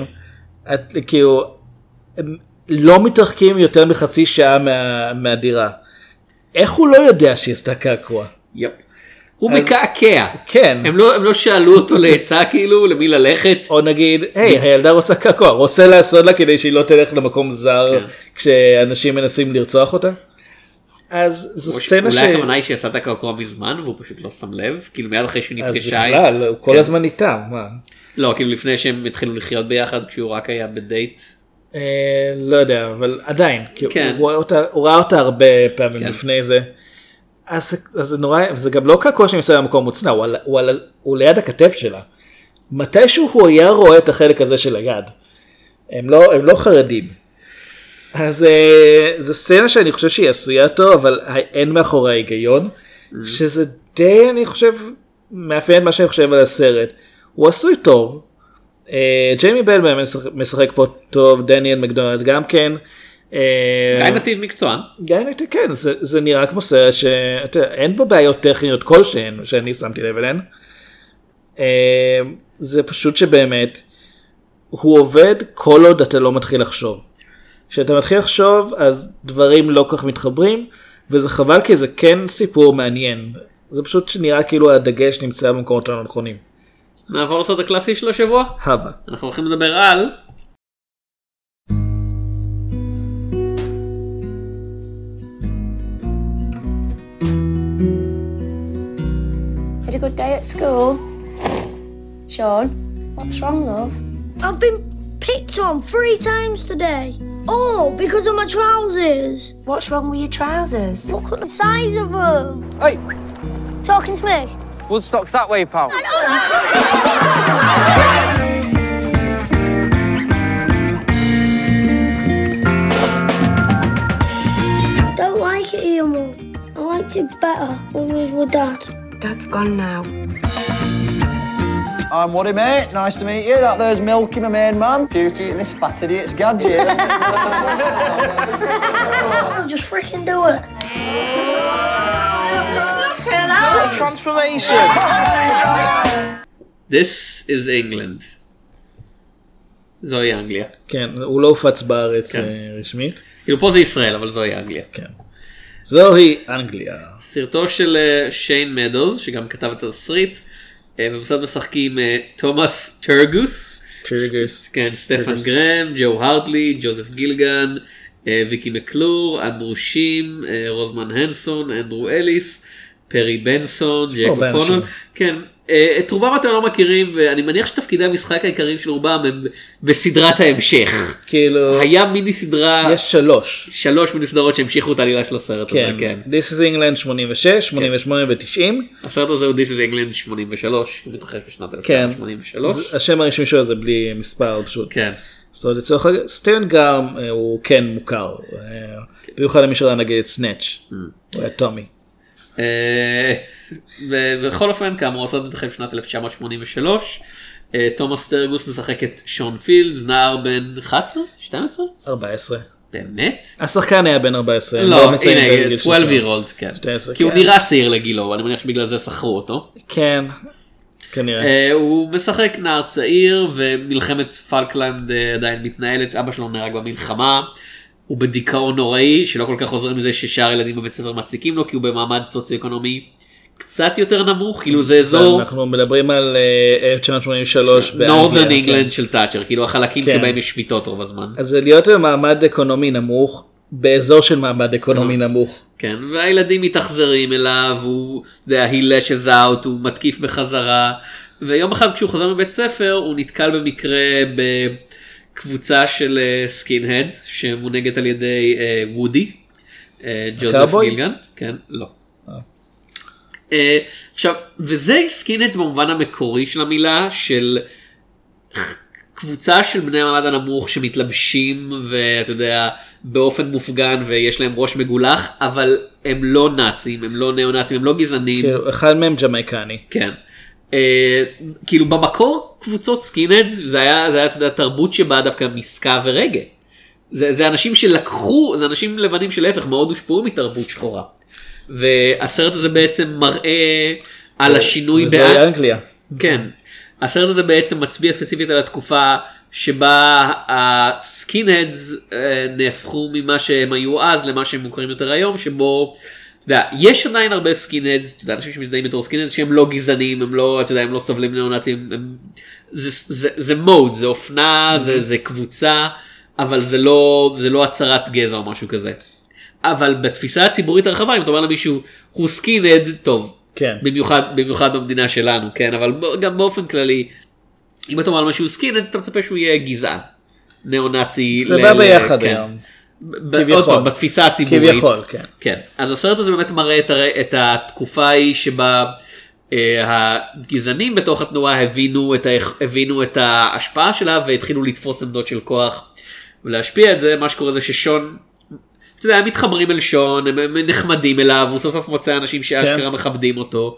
כאילו לא מתרחקים יותר מחצי שעה מהדירה, איך הוא לא יודע שהיא עשתה קעקוע? יפ. הוא מקעקע. כן. הם לא שאלו אותו לעצה כאילו למי ללכת. או נגיד, היי, הילדה רוצה קעקוע, רוצה לעשות לה כדי שהיא לא תלך למקום זר כשאנשים מנסים לרצוח אותה? אז זו סצנה אולי הכוונה היא שעשה את הקעקוע מזמן והוא פשוט לא שם לב, כאילו מיד אחרי שהוא נפגשה. אז בכלל, הוא כל הזמן איתה, מה? לא, כאילו לפני שהם התחילו לחיות ביחד כשהוא רק היה בדייט. לא יודע, אבל עדיין, הוא ראה אותה הרבה פעמים לפני זה. אז זה נורא, וזה גם לא קעקוע שנמצא במקום מוצנע, הוא ליד הכתף שלה. מתישהו הוא היה רואה את החלק הזה של היד. הם לא חרדים. אז זו סצנה שאני חושב שהיא עשויה טוב, אבל אין מאחורי ההיגיון, שזה די, אני חושב, מאפיין מה שאני חושב על הסרט. הוא עשוי טוב, ג'יימי בל באמת משחק פה טוב, דניאל מקדונלד גם כן. גיא נתיב מקצוען. גיא נתיב, כן, זה נראה כמו סרט שאין בו בעיות טכניות כלשהן, שאני שמתי לב אליהן. זה פשוט שבאמת, הוא עובד כל עוד אתה לא מתחיל לחשוב. כשאתה מתחיל לחשוב, אז דברים לא כך מתחברים, וזה חבל כי זה כן סיפור מעניין. זה פשוט שנראה כאילו הדגש נמצא במקומות הנכונים. נעבור לסרט הקלאסי של השבוע? הווה. אנחנו הולכים לדבר על... Had a good day at school? Sean, what's wrong, love? I've been picked on 3 times today. Oh, because of my trousers. What's wrong with your trousers? Look at the size of them. Hey, Talking to me. Woodstock's that way, pal. I don't like it here, Mum. I liked it better when we were with Dad. Dad's gone now. I'm Woody, mate. Nice to meet you. That there's Milky, my main man. Pukey eating this fat idiot's gadget. I'll just freaking do it. What a transformation. This is England. זוהי אנגליה. כן, הוא לא הופץ בארץ רשמית. כאילו פה זה ישראל, אבל זוהי אנגליה. כן. זוהי אנגליה. סרטו של שיין מדוז, שגם כתב את התסריט, ובסד משחקים תומאס טרגוס, כן, סטפן גרם, ג'ו הרטלי, ג'וזף גילגן, ויקי מקלור, אנדרו שים, רוזמן הנסון, אנדרו אליס, פרי בנסון, ג'ק מקונל, כן, את רובם אתם לא מכירים, ואני מניח שתפקידי המשחק העיקריים של רובם הם בסדרת ההמשך. כאילו... היה מיני סדרה... יש 3 מיני סדרות שהמשיכו את העלילה של הסרט הזה, כן. This is England 86, 88 ו-90. הסרט הזה הוא This is England 83, הוא מתרחש בשנת 1983. השם הרשמי שלו זה בלי מספר פשוט. כן. זאת אומרת, לצורך סטיבן גארם הוא כן מוכר. במיוחד למי שראה נגיד את סנאץ', הוא היה טומי. ובכל אופן, כאמור, הסרט מתרחש בשנת 1983. תומאס טרגוס משחק את שון פילדס, נער בן 11? 12? 14. באמת? השחקן היה בן 14. לא, הנה, 12 year old, כן. כי הוא נראה צעיר לגילו, אני מניח שבגלל זה שכרו אותו. כן, כנראה. הוא משחק נער צעיר, ומלחמת פלקלנד עדיין מתנהלת, אבא שלו נהרג במלחמה. הוא בדיכאון נוראי, שלא כל כך עוזר מזה ששאר ילדים בבית ספר מציקים לו, כי הוא במעמד סוציו-אקונומי קצת יותר נמוך, כאילו זה אזור... אנחנו מדברים על 1983 באנגליה. Northern England של תאצ'ר, כאילו החלקים שבהם יש שביתות רוב הזמן. אז זה להיות במעמד אקונומי נמוך, באזור של מעמד אקונומי נמוך. כן, והילדים מתאכזרים אליו, הוא, he lashes out, הוא מתקיף בחזרה, ויום אחד כשהוא חוזר מבית ספר, הוא נתקל במקרה קבוצה של סקין-הדס שמונהגת על ידי וודי, ג'וזף גילגן, כן, לא. עכשיו, וזה סקין-הדס במובן המקורי של המילה, של קבוצה של בני המעמד הנמוך שמתלבשים, ואתה יודע, באופן מופגן ויש להם ראש מגולח, אבל הם לא נאצים, הם לא נאו-נאצים, הם לא גזענים. כאילו, אחד מהם ג'מייקני. כן. כאילו במקור קבוצות סקינדס זה היה אתה יודע, תרבות שבאה דווקא מסקה ורגע. זה אנשים שלקחו, זה אנשים לבנים שלהפך מאוד הושפעו מתרבות שחורה. והסרט הזה בעצם מראה על השינוי באנגליה. כן. הסרט הזה בעצם מצביע ספציפית על התקופה שבה הסקינדס נהפכו ממה שהם היו אז למה שהם מוכרים יותר היום, שבו אתה יודע, יש עדיין הרבה סקינדס, אתה יודע, אנשים שמזדהים בתור סקינדס שהם לא גזענים, הם לא, אתה יודע, הם לא סובלים ניאו-נאצים, זה מוד, זה אופנה, זה קבוצה, אבל זה לא הצהרת גזע או משהו כזה. אבל בתפיסה הציבורית הרחבה, אם אתה אומר למישהו, הוא סקינד, טוב, כן. במיוחד במדינה שלנו, כן, אבל גם באופן כללי, אם אתה אומר למישהו סקינד, אתה מצפה שהוא יהיה גזען, ניאו-נאצי. זה בא ביחד כן. היום. עוד פעם, בתפיסה הציבורית. כביכול, כן. כן. אז הסרט הזה באמת מראה את התקופה ההיא שבה הגזענים בתוך התנועה הבינו את ההשפעה שלה והתחילו לתפוס עמדות של כוח ולהשפיע את זה. מה שקורה זה ששון, אתה יודע, הם מתחברים אל שון, הם נחמדים אליו, הוא סוף סוף מוצא אנשים שאשכרה מכבדים אותו.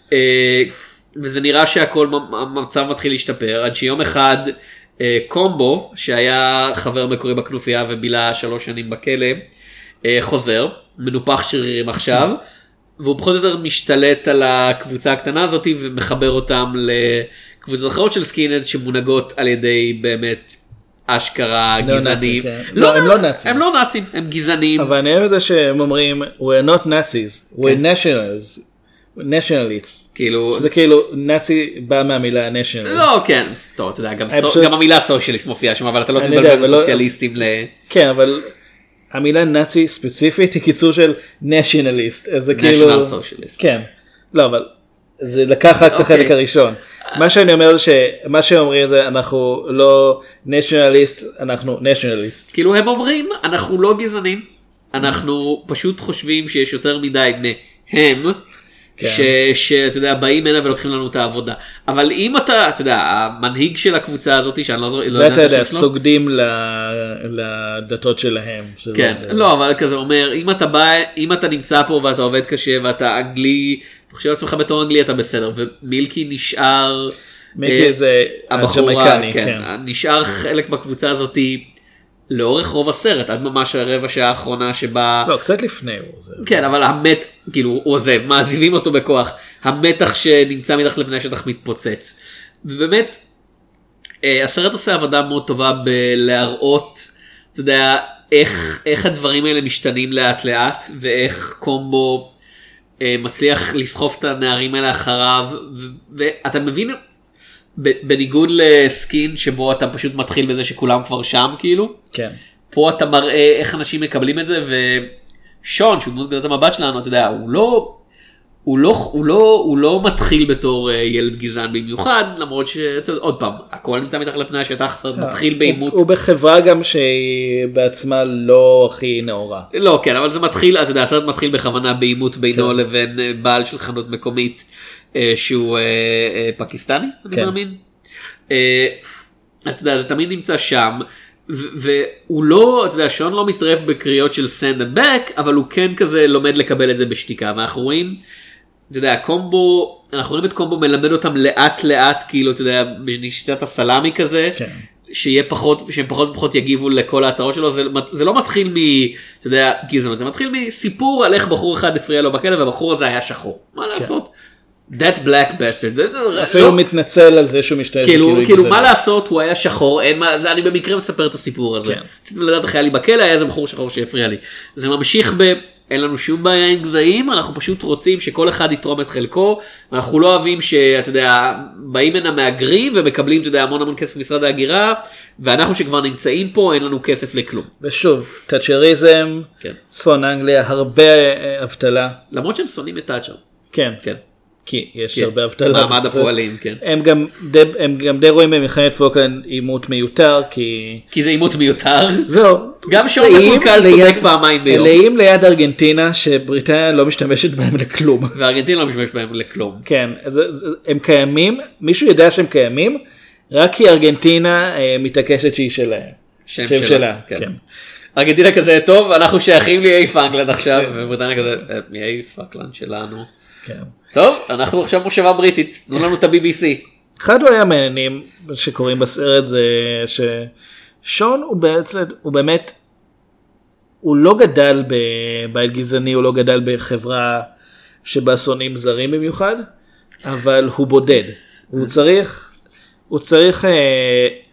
וזה נראה שהכל המצב מתחיל להשתפר, עד שיום אחד קומבו, שהיה חבר מקורי בכנופיה ובילה 3 שנים בכלא, חוזר, מנופח שרירים עכשיו, והוא פחות או יותר משתלט על הקבוצה הקטנה הזאת ומחבר אותם לקבוצות אחרות של סקינד שמונהגות על ידי באמת אשכרה גזענים. לא, הם לא נאצים. הם לא נאצים, הם גזענים. אבל אני אוהב את זה שהם אומרים, we're not Nazis, we're nationalists. כאילו... שזה כאילו, נאצי בא מהמילה nationalist. לא, כן, טוב, אתה יודע, גם המילה סושיאליסט מופיעה שם, אבל אתה לא תתבלבל בסוציאליסטים ל... כן, אבל המילה נאצי ספציפית היא קיצור של nationalist. national socialist. כן, לא, אבל זה לקח רק את החלק הראשון. מה שאני אומר שמה שאומרים זה אנחנו לא nationalist, אנחנו nationalist. כאילו הם אומרים אנחנו לא גזענים, אנחנו פשוט חושבים שיש יותר מדי מהם, שאתה יודע באים הנה ולוקחים לנו את העבודה. אבל אם אתה יודע המנהיג של הקבוצה הזאת שאני לא יודע, ואתה יודע סוגדים לדתות שלהם. כן, לא, אבל כזה אומר אם אתה נמצא פה ואתה עובד קשה ואתה אנגלי, חושב לעצמך בתור אנגלי אתה בסדר, ומילקי נשאר, מילקי זה הג'מייקני, כן, נשאר חלק בקבוצה הזאת לאורך רוב הסרט, עד ממש הרבע שעה האחרונה שבה... לא, קצת לפני הוא עוזב. כן, אבל כאילו הוא עוזב, מעזיבים אותו בכוח, המתח שנמצא מתחת לפני השטח מתפוצץ. ובאמת, הסרט עושה עבודה מאוד טובה בלהראות, אתה יודע, איך הדברים האלה משתנים לאט לאט, ואיך קומבו מצליח לסחוף את הנערים האלה אחריו, ואתה מבין, בניגוד לסקין שבו אתה פשוט מתחיל בזה שכולם כבר שם כאילו, כן. פה אתה מראה איך אנשים מקבלים את זה, ושון שהוא דמות גדולת המבט שלנו, אתה יודע, הוא לא מתחיל בתור ילד גזען במיוחד, למרות שעוד פעם, הכל נמצא מתחת לפני השטח, מתחיל בעימות. הוא בחברה גם שהיא בעצמה לא הכי נאורה. לא, כן, אבל זה מתחיל, אתה יודע, הסרט מתחיל בכוונה בעימות בינו לבין בעל של חנות מקומית, שהוא פקיסטני, אני מאמין. אז אתה יודע, זה תמיד נמצא שם, והוא לא, אתה יודע, שון לא מסתרף בקריאות של send them back, אבל הוא כן כזה לומד לקבל את זה בשתיקה, ואנחנו רואים, אתה יודע, קומבו, אנחנו רואים את קומבו מלמד אותם לאט לאט, כאילו, אתה יודע, בשיטת הסלאמי כזה, שהם פחות ופחות יגיבו לכל ההצהרות שלו, זה לא מתחיל אתה יודע, גזענות, זה מתחיל מסיפור על איך בחור אחד הפריע לו בכלא, והבחור הזה היה שחור. מה לעשות? That black bastard. אפילו מתנצל על זה שהוא משתלט. כאילו מה לעשות, הוא היה שחור, אני במקרה מספר את הסיפור הזה. רציתי לדעת איך היה לי בכלא, היה איזה בחור שחור שהפריע לי. זה ממשיך אין לנו שום בעיה עם גזעים, אנחנו פשוט רוצים שכל אחד יתרום את חלקו, ואנחנו לא אוהבים שאתה יודע, באים הנה מהגרים ומקבלים, אתה יודע, המון כסף במשרד ההגירה, ואנחנו שכבר נמצאים פה, אין לנו כסף לכלום. ושוב, תאצ'ריזם, צפון אנגליה, הרבה אבטלה. למרות שהם שונאים את תאצ'ר. כן. כן. כי יש הרבה אבטלה. מעמד הפועלים, כן. הם גם די רואים במלחמת פולקלנד עימות מיותר, כי זה עימות מיותר. זהו. גם שון מקולקל צודק פעמיים ביום. מלאים ליד ארגנטינה, שבריטניה לא משתמשת בהם לכלום. וארגנטינה לא משתמשת בהם לכלום. כן, הם קיימים, מישהו יודע שהם קיימים, רק כי ארגנטינה מתעקשת שהיא שלהם. שם שלה, כן. ארגנטינה כזה, טוב, אנחנו שייכים לאיי פאקלנד עכשיו, ובריטניה כזה, מאיי פאקלנד שלנו. כן. טוב, אנחנו עכשיו מושבה בריטית, תנו לנו את ה-BBC. אחד הוא היה מעניינים שקוראים בסרט זה ששון הוא באמת, הוא לא גדל בבית גזעני, הוא לא גדל בחברה שבה שונאים זרים במיוחד, אבל הוא בודד. הוא צריך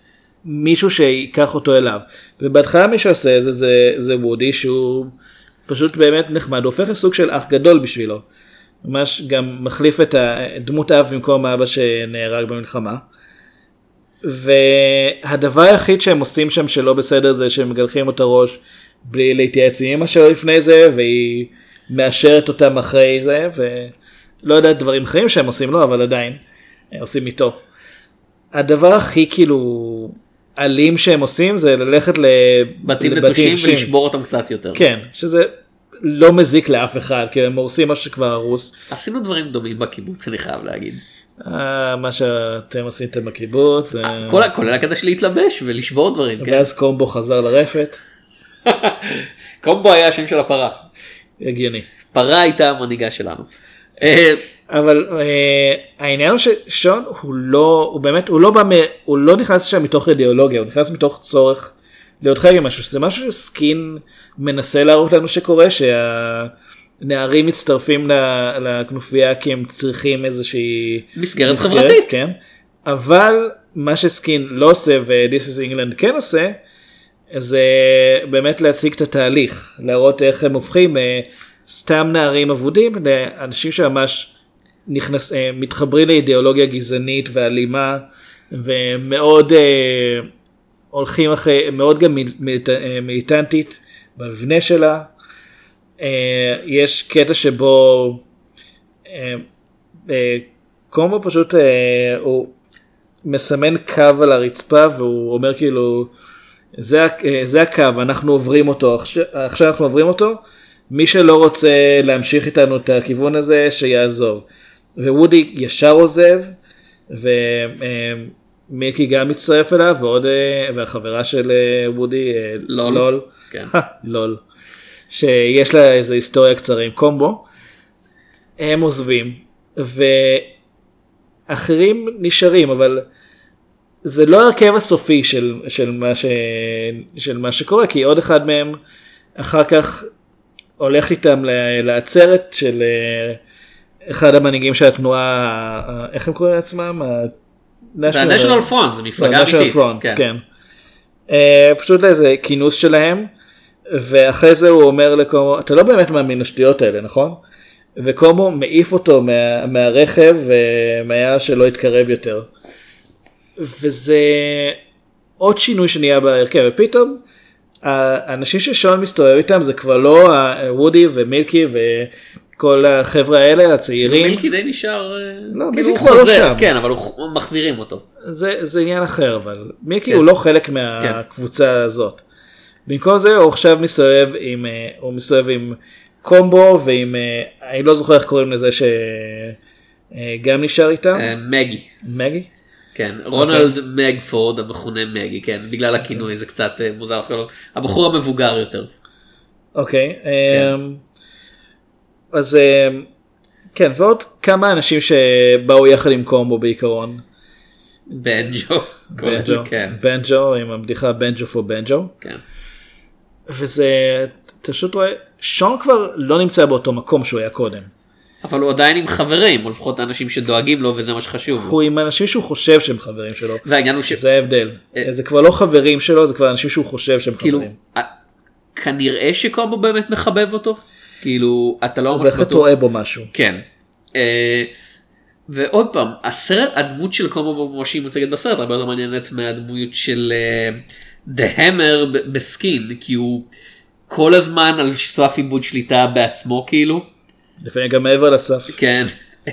מישהו שיקח אותו אליו. ובהתחלה מי שעושה זה וודי שהוא פשוט באמת נחמד, הוא הופך לסוג של אח גדול בשבילו. ממש גם מחליף את דמות האב במקום האבא שנהרג במלחמה. והדבר היחיד שהם עושים שם שלא בסדר זה שהם מגלחים את הראש בלי להתייעץ עם אמא שלו לפני זה, והיא מאשרת אותם אחרי זה, ולא יודעת דברים אחרים שהם עושים לו, אבל עדיין עושים איתו. הדבר הכי כאילו אלים שהם עושים זה ללכת לבתים נטושים ולשבור אותם קצת יותר. כן, שזה לא מזיק לאף אחד, כי הם הורסים משהו שכבר הרוס. עשינו דברים דומים בקיבוץ, אני חייב להגיד. מה שאתם עשיתם בקיבוץ. כולל הקטע של להתלבש ולשבור דברים. ואז קומבו חזר לרפת. קומבו היה השם של הפרה. הגיוני. פרה הייתה המנהיגה שלנו. אבל העניין הוא ששון הוא לא נכנס שם מתוך אידיאולוגיה, הוא נכנס מתוך צורך להיות חלק משהו, שזה משהו שסקין מנסה להראות לנו שקורה, שהנערים מצטרפים לכנופיה כי הם צריכים איזושהי מסגרת חברתית. כן. אבל מה שסקין לא עושה ו-This is England כן עושה, זה באמת להציג את התהליך, להראות איך הם הופכים סתם נערים עבודים לאנשים שממש מתחברים לאידיאולוגיה גזענית ואלימה, ומאוד הולכים אחרי, מאוד גם מיליטנטית במבנה שלה. יש קטע שבו קומבו פשוט הוא מסמן קו על הרצפה והוא אומר כאילו זה הקו, אנחנו עוברים אותו, עכשיו אנחנו עוברים אותו, מי שלא רוצה להמשיך איתנו את הכיוון הזה שיעזוב. ווודי ישר עוזב, ומיקי גם מצטרף אליו, והחברה של וודי, לול, לול, שיש לה איזו היסטוריה קצרה עם קומבו, הם עוזבים, ואחרים נשארים, אבל זה לא הרכב הסופי של מה שקורה, כי עוד אחד מהם אחר כך הולך איתם לעצרת של אחד המנהיגים של התנועה, איך הם קוראים לעצמם? זה ה-National Front, זה מפלגה אמיתית. כן. פשוט לאיזה כינוס שלהם, ואחרי זה הוא אומר לקומו, אתה לא באמת מאמין לשטויות האלה, נכון? וקומו מעיף אותו מהרכב, ומהר שלא יתקרב יותר. וזה עוד שינוי שנהיה בהרכב, ופתאום האנשים ששון מסתובב איתם זה כבר לא וודי ומילקי וכל החבר'ה האלה הצעירים. מילקי די נשאר, לא, מילקי כבר לא שם. כן, אבל מחזירים אותו. זה עניין אחר, אבל מילקי הוא לא חלק מהקבוצה הזאת. במקום זה הוא עכשיו מסתובב עם קומבו ועם, אני לא זוכר איך קוראים לזה שגם נשאר איתם. מגי. מגי? כן, רונלד מגפורד המכונה מגי, כן, בגלל הכינוי זה קצת מוזר, הבחור המבוגר יותר. אוקיי, אז כן, ועוד כמה אנשים שבאו יחד עם קומבו בעיקרון. בנג'ו. בנג'ו, עם הבדיחה בנג'ו פור בנג'ו. כן. וזה, אתה פשוט רואה, שון כבר לא נמצא באותו מקום שהוא היה קודם. אבל הוא עדיין עם חברים, או לפחות האנשים שדואגים לו, וזה מה שחשוב. הוא עם אנשים שהוא חושב שהם חברים שלו. והעניין הוא זה ההבדל. זה כבר לא חברים שלו, זה כבר אנשים שהוא חושב שהם חברים. כנראה שקומבו באמת מחבב אותו. כאילו, אתה לא הוא בהחלט טועה בו משהו. כן. ועוד פעם, הדמות של קומבו כמו שהיא מוצגת בסרט, הרבה יותר מעניינת מהדמות של The Hammer בסקין, כי הוא כל הזמן על סף איבוד שליטה בעצמו כאילו. לפעמים גם מעבר לסף. כן.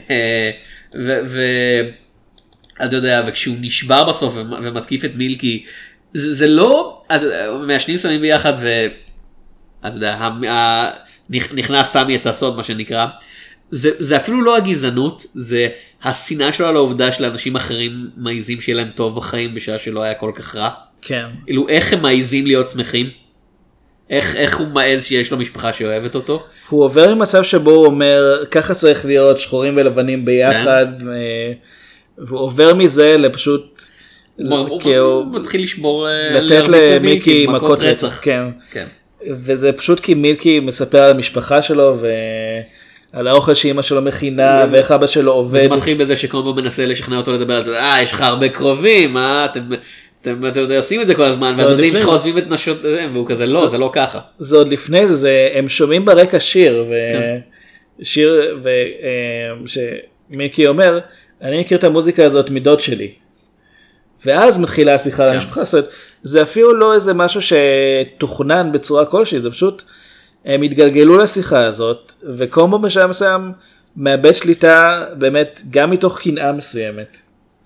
ואתה יודע, וכשהוא נשבר בסוף ומתקיף את מילקי, זה לא, מהשנים שמים ביחד ואתה יודע, נכנס סמי יצא סוד מה שנקרא, זה אפילו לא הגזענות, זה השנאה שלו על העובדה של אנשים אחרים מעיזים שיהיה להם טוב בחיים בשעה שלא היה כל כך רע. כן. אילו איך הם מעיזים להיות שמחים? איך הוא מעז שיש לו משפחה שאוהבת אותו? הוא עובר עם מצב שבו הוא אומר, ככה צריך להיות שחורים ולבנים ביחד, והוא עובר מזה לפשוט, הוא מתחיל לשבור, לתת למילקי מכות רצח, כן. וזה פשוט כי מילקי מספר על המשפחה שלו, ועל האוכל שאמא שלו מכינה, ואיך אבא שלו עובד. זה מתחיל בזה שקומבו מנסה לשכנע אותו לדבר על זה, יש לך הרבה קרובים, אתם אתם עושים את זה כל הזמן, והדודים שלך עוזבים את נשותיהם, והוא כזה, לא, זה לא ככה. זה עוד לפני זה, הם שומעים ברקע שיר, שיר, שמיקי אומר, אני מכיר את המוזיקה הזאת מדוד שלי. ואז מתחילה השיחה למשפחה, זה אפילו לא איזה משהו שתוכנן בצורה כלשהי, זה פשוט, הם התגלגלו לשיחה הזאת, וקומבו בשעה מסוים מאבד שליטה, באמת, גם מתוך קנאה מסוימת.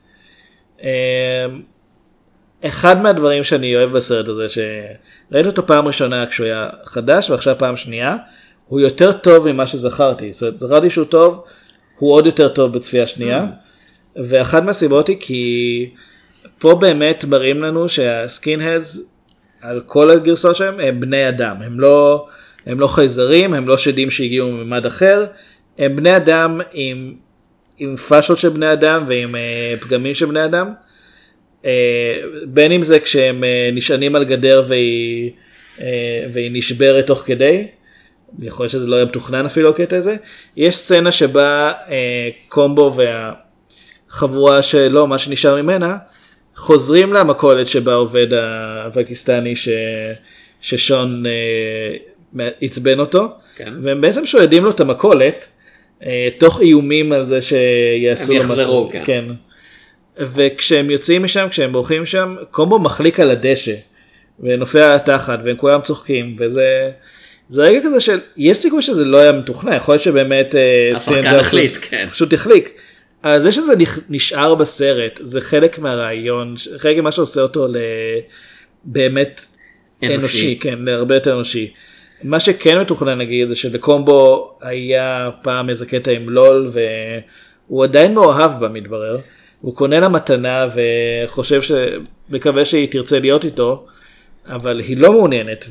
אחד מהדברים שאני אוהב בסרט הזה, שראיתי אותו פעם ראשונה כשהוא היה חדש, ועכשיו פעם שנייה, הוא יותר טוב ממה שזכרתי. זאת אומרת, זכרתי שהוא טוב, הוא עוד יותר טוב בצפייה שנייה, ואחת מהסיבות היא כי פה באמת מראים לנו שהסקין-הדס, על כל הגרסאות שלהם, הם בני אדם. הם לא חייזרים, הם לא שדים שהגיעו ממד אחר, הם בני אדם עם פאשות של בני אדם ועם פגמים של בני אדם. בין אם זה כשהם נשענים על גדר והיא נשברת תוך כדי, יכול להיות שזה לא היה מתוכנן אפילו קטע הזה. יש סצנה שבה קומבו והחבורה שלו, מה שנשאר ממנה, חוזרים למכולת שבה עובד הפקיסטני ששון עצבן אותו, כן. והם בעצם שועדים לו את המכולת, תוך איומים על זה שיעשו לו משהו. כן. כן. וכשהם יוצאים משם, כשהם בורחים משם, קומבו מחליק על הדשא, ונופע תחת, והם כולם צוחקים, וזה רגע כזה של, יש סיכוי שזה לא היה מתוכנן, יכול להיות שבאמת השחקן החליט, כן. פשוט החליק. אז זה שזה נשאר בסרט, זה חלק מהרעיון, חלק ממה שעושה אותו לבאמת אנושי, כן, להרבה יותר אנושי. מה שכן מתוכנן נגיד, זה שלקומבו היה פעם איזה קטע עם לול, והוא עדיין מאוהב בה מתברר, הוא קונה לה מתנה וחושב מקווה שהיא תרצה להיות איתו, אבל היא לא מעוניינת,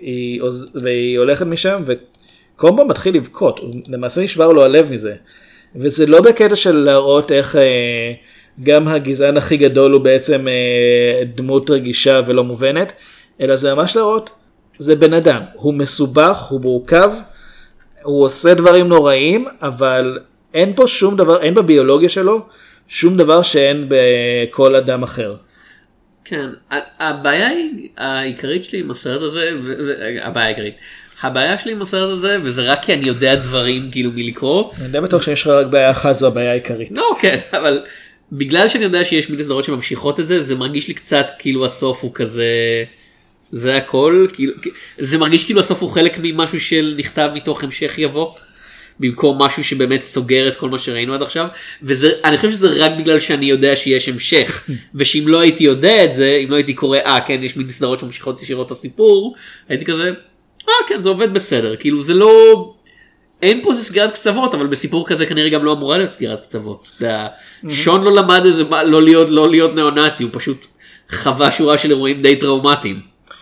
והיא הולכת משם, וקומבו מתחיל לבכות, למעשה נשבר לו הלב מזה. וזה לא בקטע של להראות איך גם הגזען הכי גדול הוא בעצם דמות רגישה ולא מובנת, אלא זה ממש להראות, זה בן אדם, הוא מסובך, הוא מורכב, הוא עושה דברים נוראים, אבל אין פה שום דבר, אין בביולוגיה שלו, שום דבר שאין בכל אדם אחר. כן, הבעיה העיקרית שלי עם הסרט הזה, הבעיה שלי עם הסרט הזה, וזה רק כי אני יודע דברים כאילו מלקרוא. אני יודע בטוח שיש רק בעיה אחת, זו הבעיה העיקרית. לא, כן, אבל בגלל שאני יודע שיש מיני סדרות שממשיכות את זה, זה מרגיש לי קצת כאילו הסוף הוא כזה, זה הכל, כאילו, זה מרגיש כאילו הסוף הוא חלק ממשהו של נכתב מתוך המשך יבוא, במקום משהו שבאמת סוגר את כל מה שראינו עד עכשיו, ואני חושב שזה רק בגלל שאני יודע שיש המשך, ושאם לא הייתי יודע את זה, אם לא הייתי קורא, כן, יש מיני סדרות שממשיכות ישירות את הסיפור, הייתי כזה, כן, זה עובד בסדר, כאילו זה לא, אין פה זה סגירת קצוות, אבל בסיפור כזה כנראה גם לא אמורה להיות סגירת קצוות. שון לא למד איזה, לא להיות נאו-נאצי, הוא פשוט חווה שורה של אירועים די טראומטיים.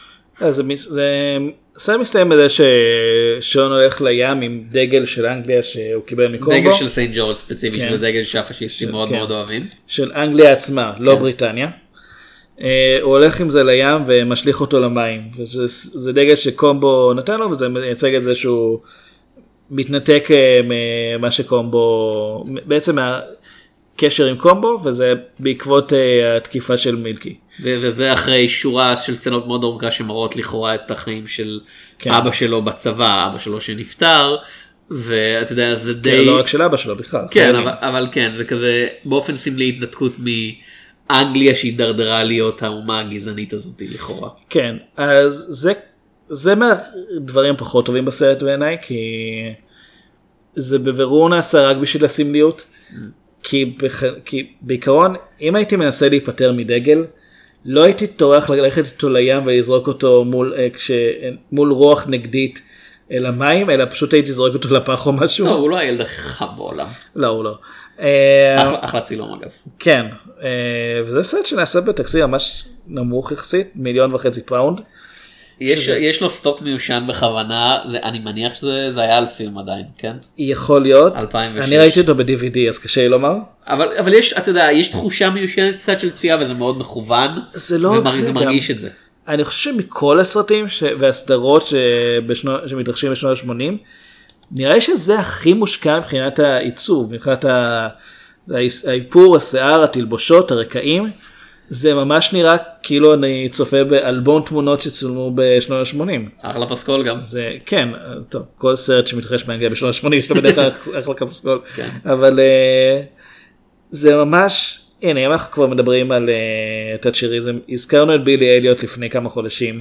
זה מסתיים בזה ששון הולך לים עם דגל של אנגליה שהוא קיבל מקומבו. דגל של סיינט ג'ורג' ספציפי, שזה דגל שהפשיסטים מאוד מאוד אוהבים. של אנגליה עצמה, לא בריטניה. הוא הולך עם זה לים ומשליך אותו למים. זה דגל שקומבו נתן לו, וזה מייצג את זה שהוא מתנתק ממה שקומבו, בעצם מהקשר עם קומבו, וזה בעקבות התקיפה של מילקי. וזה אחרי שורה של סצנות מאוד ארוכה שמראות לכאורה את החיים של אבא שלו בצבא, אבא שלו שנפטר, ואתה יודע, זה די... לא רק של אבא שלו בכלל. כן, אבל כן, זה כזה באופן סמלי התנתקות מאנגליה שהידרדרה להיות האומה הגזענית הזאת לכאורה. כן, אז זה מהדברים פחות טובים בסרט בעיניי, כי זה בבירור נעשה רק בשביל הסמליות, כי בעיקרון, אם הייתי מנסה להיפטר מדגל, לא הייתי טורח ללכת איתו לים ולזרוק אותו מול רוח נגדית אל המים, אלא פשוט הייתי זורק אותו לפח או משהו. לא, הוא לא הילד הכי חם בעולם. לא, הוא לא. אחלה צילום אגב. כן, וזה סרט שנעשה בתקציב ממש נמוך יחסית, 1.5 מיליון פאונד. יש לו סטוק מיושן בכוונה, אני מניח שזה היה על פילם עדיין, כן? יכול להיות. 2006. אני ראיתי אותו ב-DVD, אז קשה לי לומר. אבל יש, אתה יודע, יש תחושה מיושנת קצת של צפייה, וזה מאוד מכוון. זה לא זה מרגיש את זה. אני חושב שמכל הסרטים והסדרות שמתרחשים בשנות ה-80, נראה לי שזה הכי מושקע מבחינת העיצוב, מבחינת האיפור, השיער, התלבושות, הרקעים. זה ממש נראה כאילו אני צופה באלבום תמונות שצולמו בשנות ה-80. אחלה פסקול גם. זה, כן, טוב, כל סרט שמתרחש באנגליה בשנות ה-80 יש לו בדרך כלל אחלה פסקול. אבל זה ממש, הנה, אם אנחנו כבר מדברים על תאצ'ריזם, הזכרנו את בילי אליוט לפני כמה חודשים,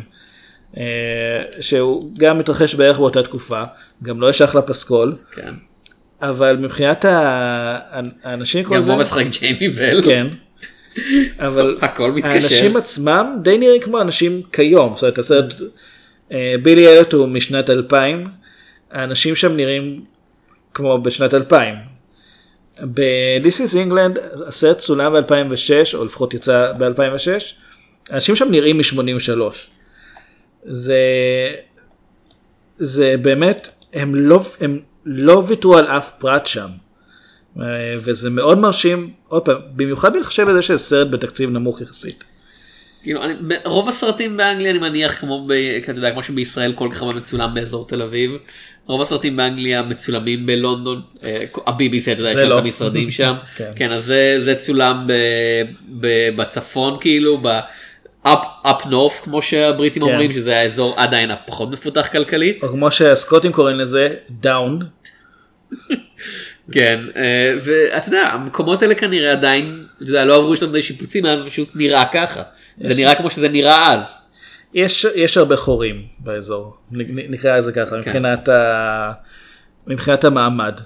שהוא גם מתרחש בערך באותה תקופה, גם לא יש אחלה פסקול. כן. אבל מבחינת האנשים כל זה... גם בוא משחק ג'יימי בל. כן. אבל הכל מתקשר. האנשים עצמם די נראים כמו אנשים כיום. זאת אומרת, הסרט בילי אליוט הוא משנת 2000. האנשים שם נראים כמו בשנת 2000. ב-This is England, הסרט צולם ב-2006, או לפחות יצא ב-2006. האנשים שם נראים מ-83. זה באמת, הם לא ויתרו על אף פרט שם, וזה מאוד מרשים, עוד פעם, במיוחד אני חושב על זה שזה סרט בתקציב נמוך יחסית. כאילו, רוב הסרטים באנגליה אני מניח כמו שבישראל כל כך הרבה מצולם באזור תל אביב, רוב הסרטים באנגליה מצולמים בלונדון, ה-BBC, אתה יודע, יש להם את המשרדים שם, כן, אז זה צולם בצפון כאילו, up north כמו שהבריטים אומרים, שזה האזור עדיין הפחות מפותח כלכלית. או כמו שהסקוטים קוראים לזה, down. כן, ואתה יודע, המקומות האלה כנראה עדיין, אתה יודע, לא עברו שלום די שיפוצים, אז פשוט נראה ככה. זה נראה כמו שזה נראה אז. יש הרבה חורים באזור, נקרא לזה ככה, מבחינת המעמד.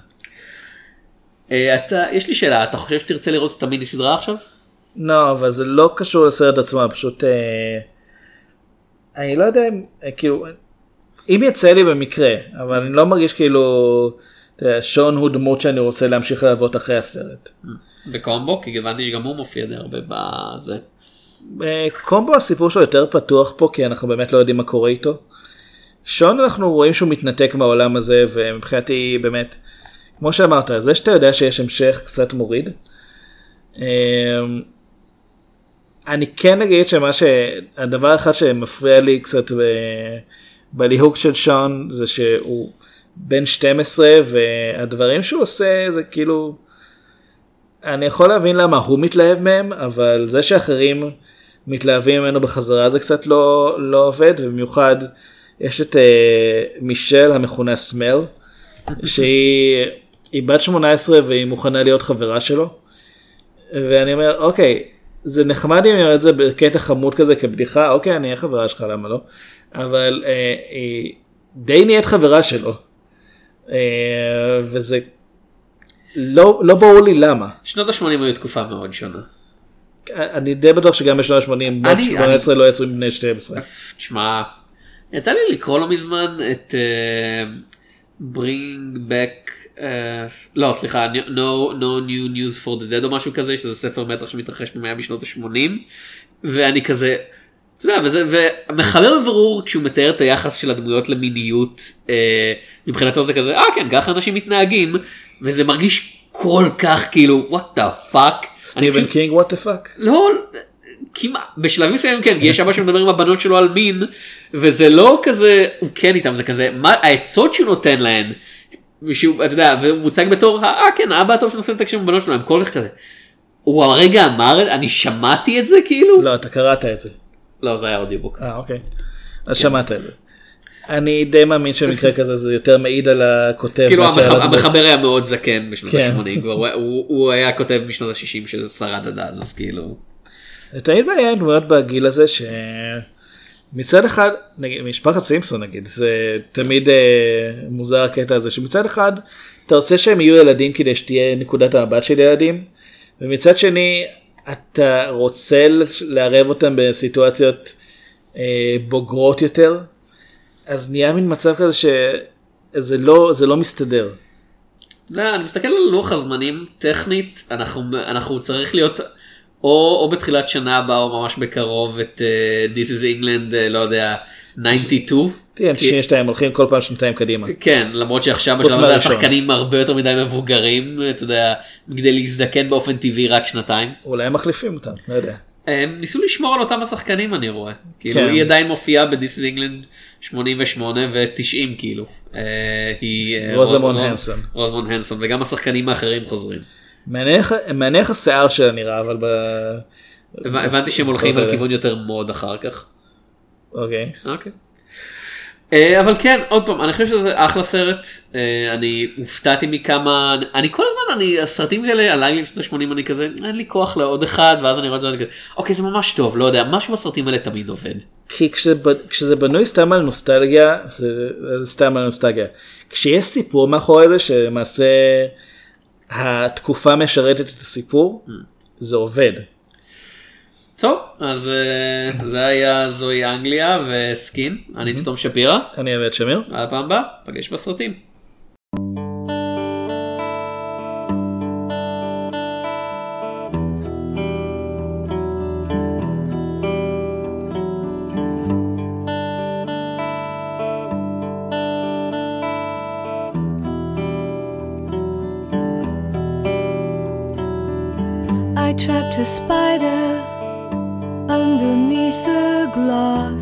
יש לי שאלה, אתה חושב שתרצה לראות את המיני סדרה עכשיו? לא, אבל זה לא קשור לסרט עצמה, פשוט, אני לא יודע אם יצא לי במקרה, אבל אני לא מרגיש כאילו, שון הוא דמות שאני רוצה להמשיך לעבוד אחרי הסרט. בקומבו? כי הבנתי שגם הוא מופיע די הרבה בזה. קומבו הסיפור שלו יותר פתוח פה, כי אנחנו באמת לא יודעים מה קורה איתו. שון אנחנו רואים שהוא מתנתק מהעולם הזה, ומבחינתי באמת, כמו שאמרת, זה שאתה יודע שיש המשך קצת מוריד. אני כן אגיד שהדבר אחד שמפריע לי קצת בליהוק של שון, זה שהוא בן 12, והדברים שהוא עושה זה כאילו, אני יכול להבין למה הוא מתלהב מהם, אבל זה שאחרים מתלהבים ממנו בחזרה זה קצת לא עובד, ובמיוחד יש את מישל המכונה סמל, שהיא בת 18 והיא מוכנה להיות חברה שלו, ואני אומר, אוקיי, זה נחמד אם אני אומר את זה בקטע חמוד כזה כבדיחה, אוקיי, אני אהיה חברה שלך, למה לא? אבל היא די נהיית חברה שלו, וזה לא ברור לי למה. שנות ה-80 היו תקופה מאוד שונה. אני די בטוח שגם בשנות ה-80, בנות 18 לא יצאו עם בני 12. תשמע, יצא לי לקרוא לו מזמן את Bring Back, לא סליחה, No New News for the Dead או משהו כזה, שזה ספר מתח שמתרחש במאה בשנות ה-80, ואני כזה, אתה יודע, ומחבר בברור כשהוא מתאר את היחס של הדמויות למיניות, מבחינתו זה כזה, כן, ככה אנשים מתנהגים, וזה מרגיש כל כך כאילו, what the fuck. סטיבן קינג, what the fuck. לא, כמעט, בשלבים מסוימים כן, יש אבא שמדבר עם הבנות שלו על מין, וזה לא כזה, הוא כן איתם, זה כזה, העצות שהוא נותן להן, ושהוא, אתה יודע, והוא מוצג בתור, כן, האבא הטוב שנושא לתקשר עם הבנות שלו, הם כל כך כזה. הוא הרגע אמר, אני שמעתי את זה כאילו? לא, אתה קראת את זה. לא, זה היה אודיובוק. אוקיי. אז שמעת את זה. אני די מאמין שמקרה כזה זה יותר מעיד על הכותב. כאילו המחבר היה מאוד זקן בשנות ה-80, הוא היה כותב בשנות ה-60 שזה שרד עד אז, כאילו. תמיד בעיה דמויות בגיל הזה שמצד אחד, נגיד, משפחת סימפסון נגיד, זה תמיד מוזר הקטע הזה, שמצד אחד אתה רוצה שהם יהיו ילדים כדי שתהיה נקודת המבט של ילדים, ומצד שני אתה רוצה לערב אותם בסיטואציות בוגרות יותר, אז נהיה מין מצב כזה שזה לא מסתדר. לא, אני מסתכל על לוח הזמנים, טכנית, אנחנו צריך להיות או בתחילת שנה הבאה או ממש בקרוב את This is England, לא יודע, 92. תראה, 92 הולכים כל פעם שנתיים קדימה. כן, למרות שעכשיו בשלב הזה השחקנים הרבה יותר מדי מבוגרים, אתה יודע, כדי להזדקן באופן טבעי רק שנתיים. אולי הם מחליפים אותם, לא יודע. הם ניסו לשמור על אותם השחקנים אני רואה, כאילו היא עדיין מופיעה ב-This is England 88 ו-90 כאילו. רוזמונד הנסון. רוזמונד הנסון, וגם השחקנים האחרים חוזרים. מעניין איך השיער שלה נראה, אבל הבנתי שהם הולכים על כיוון יותר מוד אחר כך. אוקיי. אבל כן, עוד פעם, אני חושב שזה אחלה סרט, אני הופתעתי מכמה, אני כל הזמן, הסרטים כאלה, עליי בשנות ה-80 אני כזה, אין לי כוח לעוד אחד, ואז אני רואה את זה, אני כזה, אוקיי, זה ממש טוב, לא יודע, משהו בסרטים האלה תמיד עובד. כי כשזה בנוי סתם על נוסטלגיה, זה סתם על נוסטלגיה. כשיש סיפור מאחורי זה, שלמעשה התקופה משרתת את הסיפור, זה עובד. טוב, אז זה היה זוהי אנגליה וסקין, אני תום שפירה. אני אבד שמיר. עד הפעם הבאה, פגש בסרטים. I trapped a spider underneath the glass.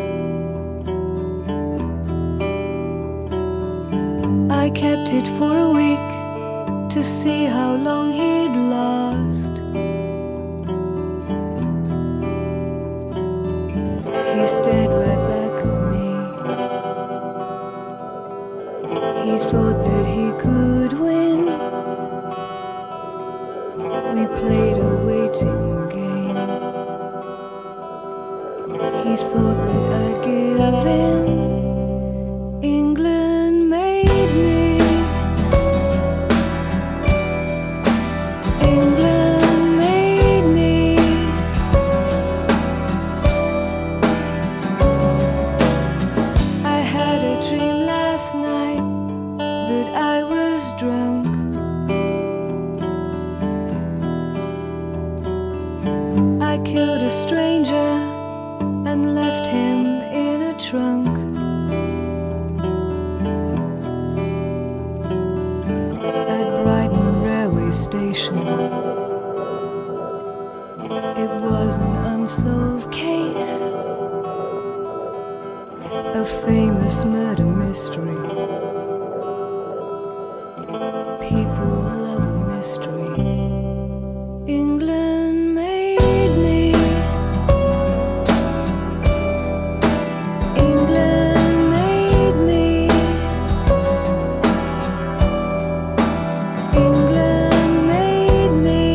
I kept it for a week to see how long he'd last. He stared right back at me. He thought that he could win. We played a waiting game. He thought that I'd give in. England made me. England made me. I had a dream last night that I was drunk. I killed a stranger and left him in a trunk. At Brighton railway station, it was an unsolved case, a famous murder mystery. People love a mystery. England made me. England made me. England made me.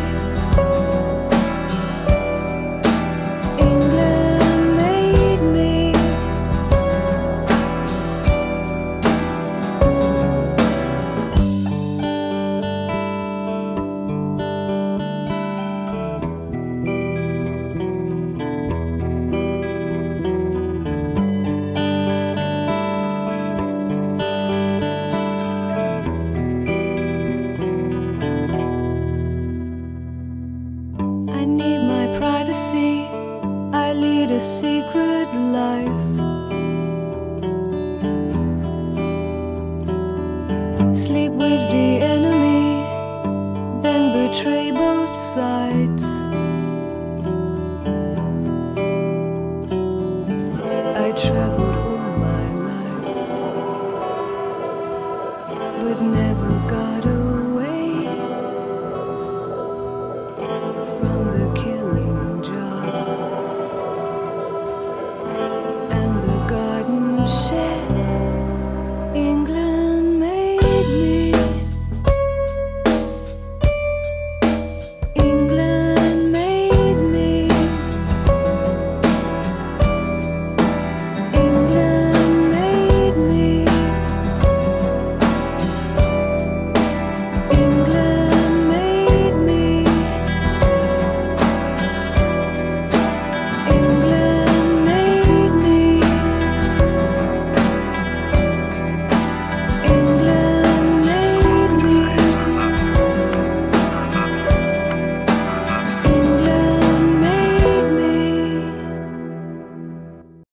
England made me. I need my privacy. I lead a secret life. Sleep with the enemy, then betray both sides.